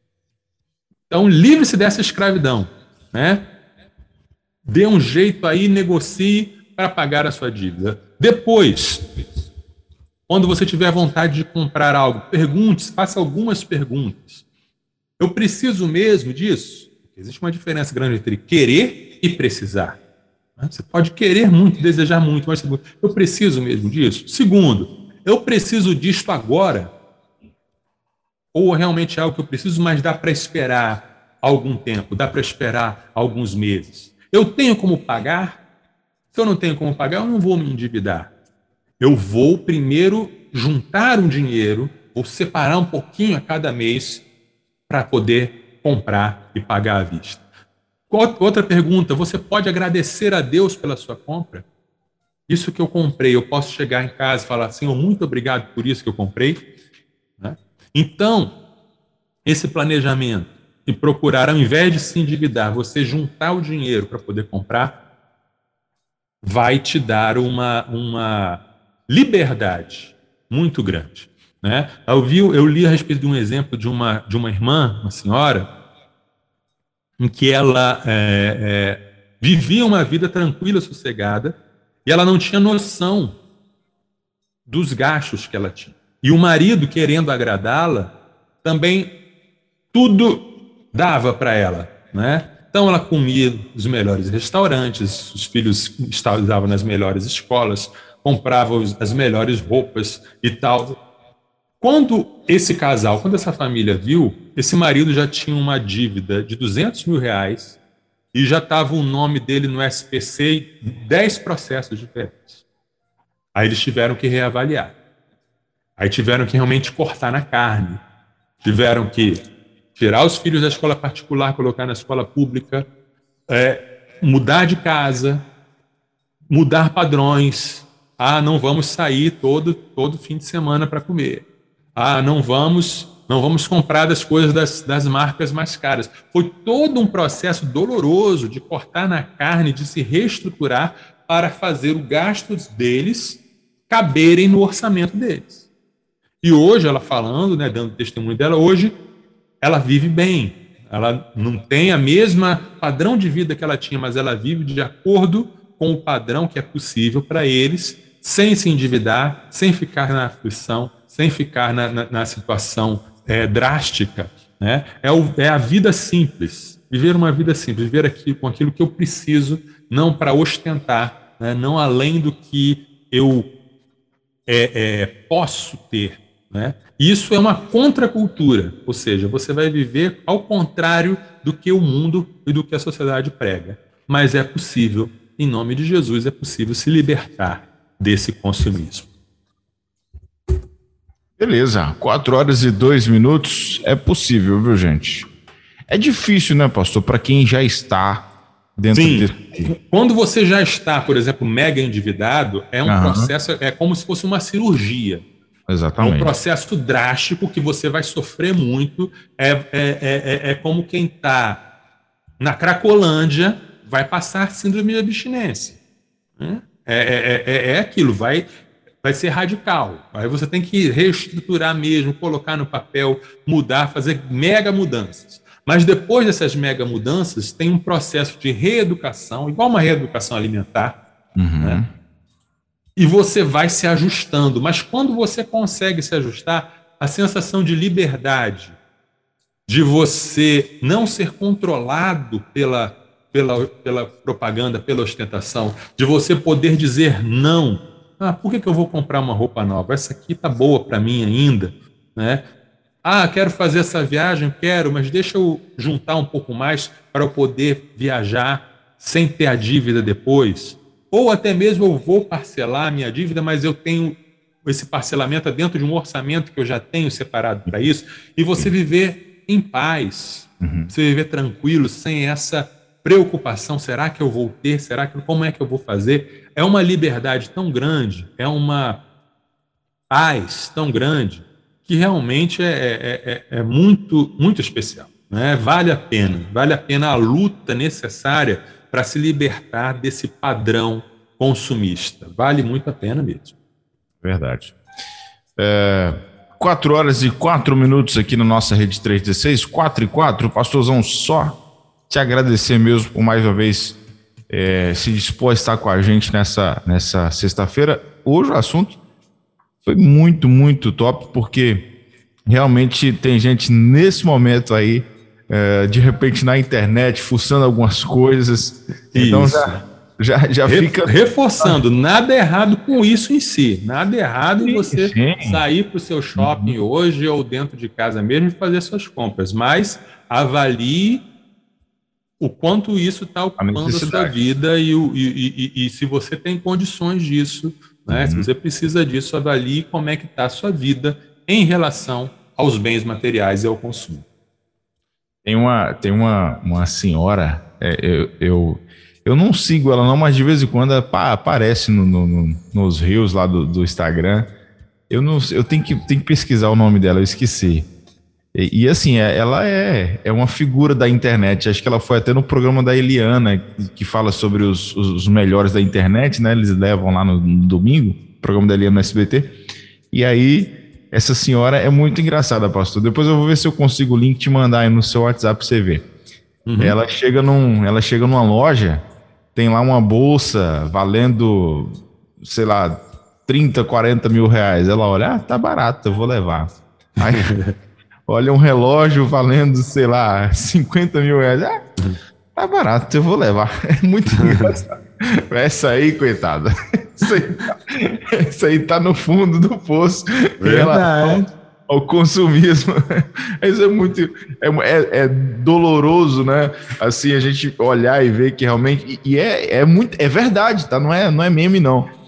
Então, livre-se dessa escravidão, né? Dê um jeito aí, negocie para pagar a sua dívida. Depois, quando você tiver vontade de comprar algo, pergunte, faça algumas perguntas. Eu preciso mesmo disso? Existe uma diferença grande entre querer e precisar. Você pode querer muito, desejar muito, mas eu preciso mesmo disso? Segundo, eu preciso disto agora? Ou realmente é algo que eu preciso, mas dá para esperar algum tempo, dá para esperar alguns meses? Eu tenho como pagar? Se eu não tenho como pagar, eu não vou me endividar. Eu vou primeiro juntar um dinheiro, vou separar um pouquinho a cada mês para poder comprar e pagar à vista. Outra pergunta, você pode agradecer a Deus pela sua compra? Isso que eu comprei, eu posso chegar em casa e falar, Senhor, muito obrigado por isso que eu comprei? Né? Então, esse planejamento e procurar, ao invés de se endividar, você juntar o dinheiro para poder comprar, vai te dar uma, uma liberdade muito grande. Né? Eu, vi, eu li a respeito de um exemplo de uma, de uma irmã, uma senhora, em que ela é, é, vivia uma vida tranquila, sossegada, e ela não tinha noção dos gastos que ela tinha. E o marido, querendo agradá-la, também tudo dava para ela, né? Então ela comia nos melhores restaurantes, os filhos estudavam nas melhores escolas, compravam as melhores roupas e tal. Quando esse casal, quando essa família viu, esse marido já tinha uma dívida de duzentos mil reais e já estava o nome dele no S P C em dez processos diferentes. Aí eles tiveram que reavaliar. Aí tiveram que realmente cortar na carne. Tiveram que tirar os filhos da escola particular, colocar na escola pública, é, mudar de casa, mudar padrões. Ah, não vamos sair todo, todo fim de semana para comer. Ah, não vamos, não vamos comprar das coisas das, das marcas mais caras. Foi todo um processo doloroso de cortar na carne, de se reestruturar para fazer os gastos deles caberem no orçamento deles. E hoje, ela falando, né, dando testemunho dela, hoje ela vive bem. Ela não tem a mesma padrão de vida que ela tinha, mas ela vive de acordo com o padrão que é possível para eles, sem se endividar, sem ficar na aflição, sem ficar na, na, na situação é, drástica. Né? É, o, é a vida simples, viver uma vida simples, viver aqui com aquilo que eu preciso, não para ostentar, né? Não além do que eu é, é, posso ter. Né? Isso é uma contracultura, ou seja, você vai viver ao contrário do que o mundo e do que a sociedade prega. Mas é possível, em nome de Jesus, é possível se libertar desse consumismo. Beleza, quatro horas e dois minutos é possível, viu, gente? É difícil, né, pastor, para quem já está dentro Sim. desse... Quando você já está, por exemplo, mega endividado, é um uhum. processo, é como se fosse uma cirurgia. Exatamente. É um processo drástico que você vai sofrer muito. É, é, é, é como quem está na Cracolândia vai passar síndrome de abstinência. Né? É, é, é, é aquilo, vai, vai ser radical. Aí você tem que reestruturar mesmo, colocar no papel, mudar, fazer mega mudanças. Mas depois dessas mega mudanças, tem um processo de reeducação, igual uma reeducação alimentar, Uhum. né? E você vai se ajustando. Mas quando você consegue se ajustar, a sensação de liberdade, de você não ser controlado pela, pela, pela propaganda, pela ostentação, de você poder dizer não. Ah, por que, que eu vou comprar uma roupa nova? Essa aqui tá boa para mim ainda, né? Ah, quero fazer essa viagem, quero, mas deixa eu juntar um pouco mais para eu poder viajar sem ter a dívida depois. Ou até mesmo eu vou parcelar a minha dívida, mas eu tenho esse parcelamento dentro de um orçamento que eu já tenho separado para isso, e você viver em paz, uhum. você viver tranquilo, sem essa preocupação, será que eu vou ter, será que, como é que eu vou fazer? É uma liberdade tão grande, é uma paz tão grande, que realmente é, é, é, é muito, muito especial, né? Vale a pena, vale a pena a luta necessária para se libertar desse padrão consumista. Vale muito a pena mesmo. Verdade. É, quatro horas e quatro minutos aqui na nossa Rede trezentos e dezesseis, quatro e quatro. Pastorzão, só te agradecer mesmo por mais uma vez é, se dispor a estar com a gente nessa, nessa sexta-feira. Hoje o assunto foi muito, muito top, porque realmente tem gente nesse momento aí, é, de repente na internet, fuçando algumas coisas. Então isso. já, já, já Re, fica... Reforçando, nada errado com isso em si. Nada errado sim, em você sim. sair para o seu shopping uhum. hoje ou dentro de casa mesmo e fazer suas compras. Mas avalie o quanto isso está ocupando a, a sua vida e, e, e, e, e se você tem condições disso, né? Uhum. Se você precisa disso, avalie como é que está a sua vida em relação aos bens materiais e ao consumo. Tem uma, tem uma, uma senhora, é, eu, eu, eu não sigo ela não, mas de vez em quando ela aparece no, no, no, nos reels lá do, do Instagram. Eu, não, eu tenho, que, tenho que pesquisar o nome dela, eu esqueci. E, e assim, ela é, é uma figura da internet. Acho que ela foi até no programa da Eliana, que fala sobre os, os melhores da internet, né? Eles levam lá no, no domingo, programa da Eliana no S B T. E aí, essa senhora é muito engraçada, pastor. Depois eu vou ver se eu consigo o link te mandar aí no seu WhatsApp pra você ver. Uhum. Ela, chega num, ela chega numa loja, tem lá uma bolsa valendo, sei lá, trinta, quarenta mil reais. Ela olha, ah, tá barato, eu vou levar. Aí... olha um relógio valendo, sei lá, cinquenta mil reais. Ah, tá barato, eu vou levar. É muito engraçado. Essa aí, coitada. Essa aí, tá, essa aí tá no fundo do poço. Verdade. Ao, ao consumismo. Isso é muito... É, é, é doloroso, né? Assim, a gente olhar e ver que realmente... E, e é, é, muito, é verdade, tá? Não é, não é meme, não. Uhum.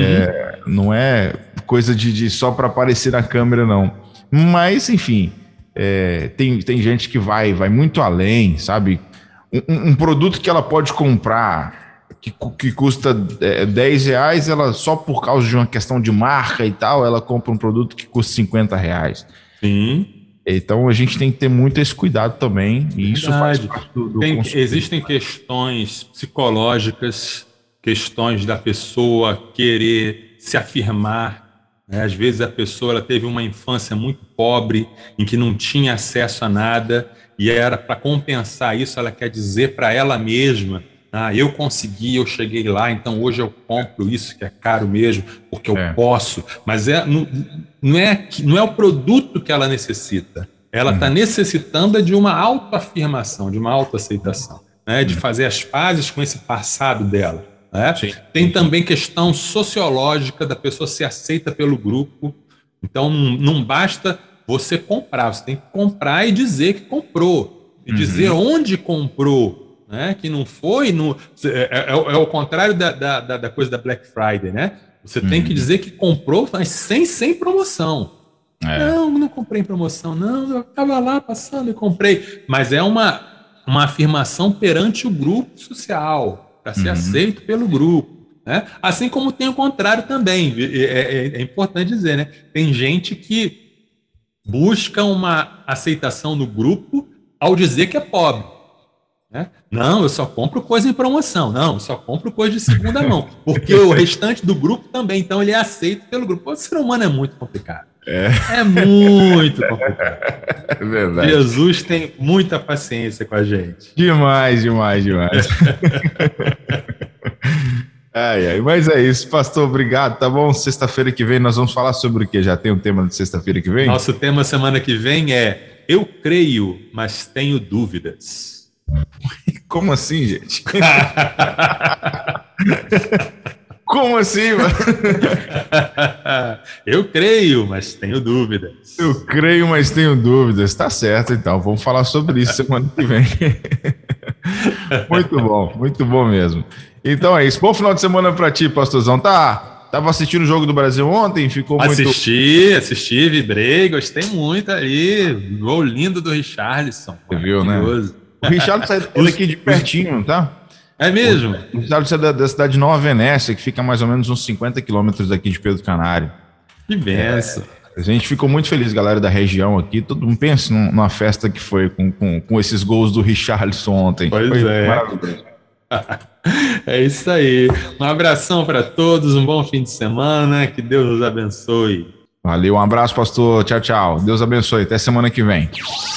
É, não é coisa de, de só para aparecer na câmera, não. Mas, enfim... É, tem, tem gente que vai, vai muito além, sabe? Um, um produto que ela pode comprar que, que custa é, dez reais, ela só por causa de uma questão de marca e tal, ela compra um produto que custa cinquenta reais. Sim. Então a gente tem que ter muito esse cuidado também. E isso faz parte do, do tem, existem questões psicológicas, questões da pessoa querer se afirmar. Às vezes a pessoa ela teve uma infância muito pobre, em que não tinha acesso a nada, e era para compensar isso, ela quer dizer para ela mesma, ah, eu consegui, eu cheguei lá, então hoje eu compro isso que é caro mesmo, porque eu é. posso. Mas é, não, não, é, não é o produto que ela necessita, ela está uhum. necessitando de uma autoafirmação, de uma autoaceitação, né? De uhum. fazer as pazes com esse passado dela. É? Tem também questão sociológica da pessoa ser aceita pelo grupo. Então não, não basta você comprar, você tem que comprar e dizer que comprou, e uhum. dizer onde comprou, né? Que não foi no é, é, é o contrário da, da, da coisa da Black Friday, né? Você uhum. tem que dizer que comprou, mas sem, sem promoção. É. Não, não comprei em promoção, não, eu estava lá passando e comprei. Mas é uma, uma afirmação perante o grupo social, para ser uhum. aceito pelo grupo. né? Assim como tem o contrário também, é, é, é importante dizer, né? Tem gente que busca uma aceitação no grupo ao dizer que é pobre, né? Não, eu só compro coisa em promoção. Não, eu só compro coisa de segunda mão. Porque o restante do grupo também, então ele é aceito pelo grupo. O ser humano é muito complicado. É, é muito complicado. É verdade. Jesus tem muita paciência com a gente. Demais, demais, demais. Ai, ai, mas é isso, pastor, obrigado, tá bom? Sexta-feira que vem nós vamos falar sobre o quê? Já tem um tema de sexta-feira que vem? Nosso tema semana que vem é Eu creio, mas tenho dúvidas. Como assim, gente? Como assim, mano? Eu creio, mas tenho dúvidas. Eu creio, mas tenho dúvidas. Tá certo, então. Vamos falar sobre isso semana que vem. Muito bom, muito bom mesmo. Então é isso. Bom final de semana pra ti, pastorzão. Tá? Tava assistindo o Jogo do Brasil ontem, ficou muito... Assisti, assisti, vibrei, gostei muito ali. Gol lindo do Richarlison. Você viu, né? O Richarlison é daqui de pertinho, tá? É mesmo? O Richarlison é da, da cidade de Nova Venécia, que fica mais ou menos uns cinquenta quilômetros daqui de Pedro Canário. Que benção. É, a gente ficou muito feliz, galera da região aqui. Todo mundo pensa numa festa que foi com, com, com esses gols do Richarlison ontem. Pois foi é. Maravilhoso. É isso aí. Um abração para todos, um bom fim de semana, que Deus os abençoe. Valeu, um abraço, pastor. Tchau, tchau. Deus abençoe. Até semana que vem.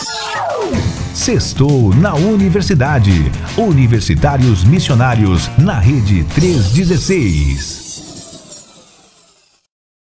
Sextou na Universidade. Universitários Missionários na Rede trezentos e dezesseis.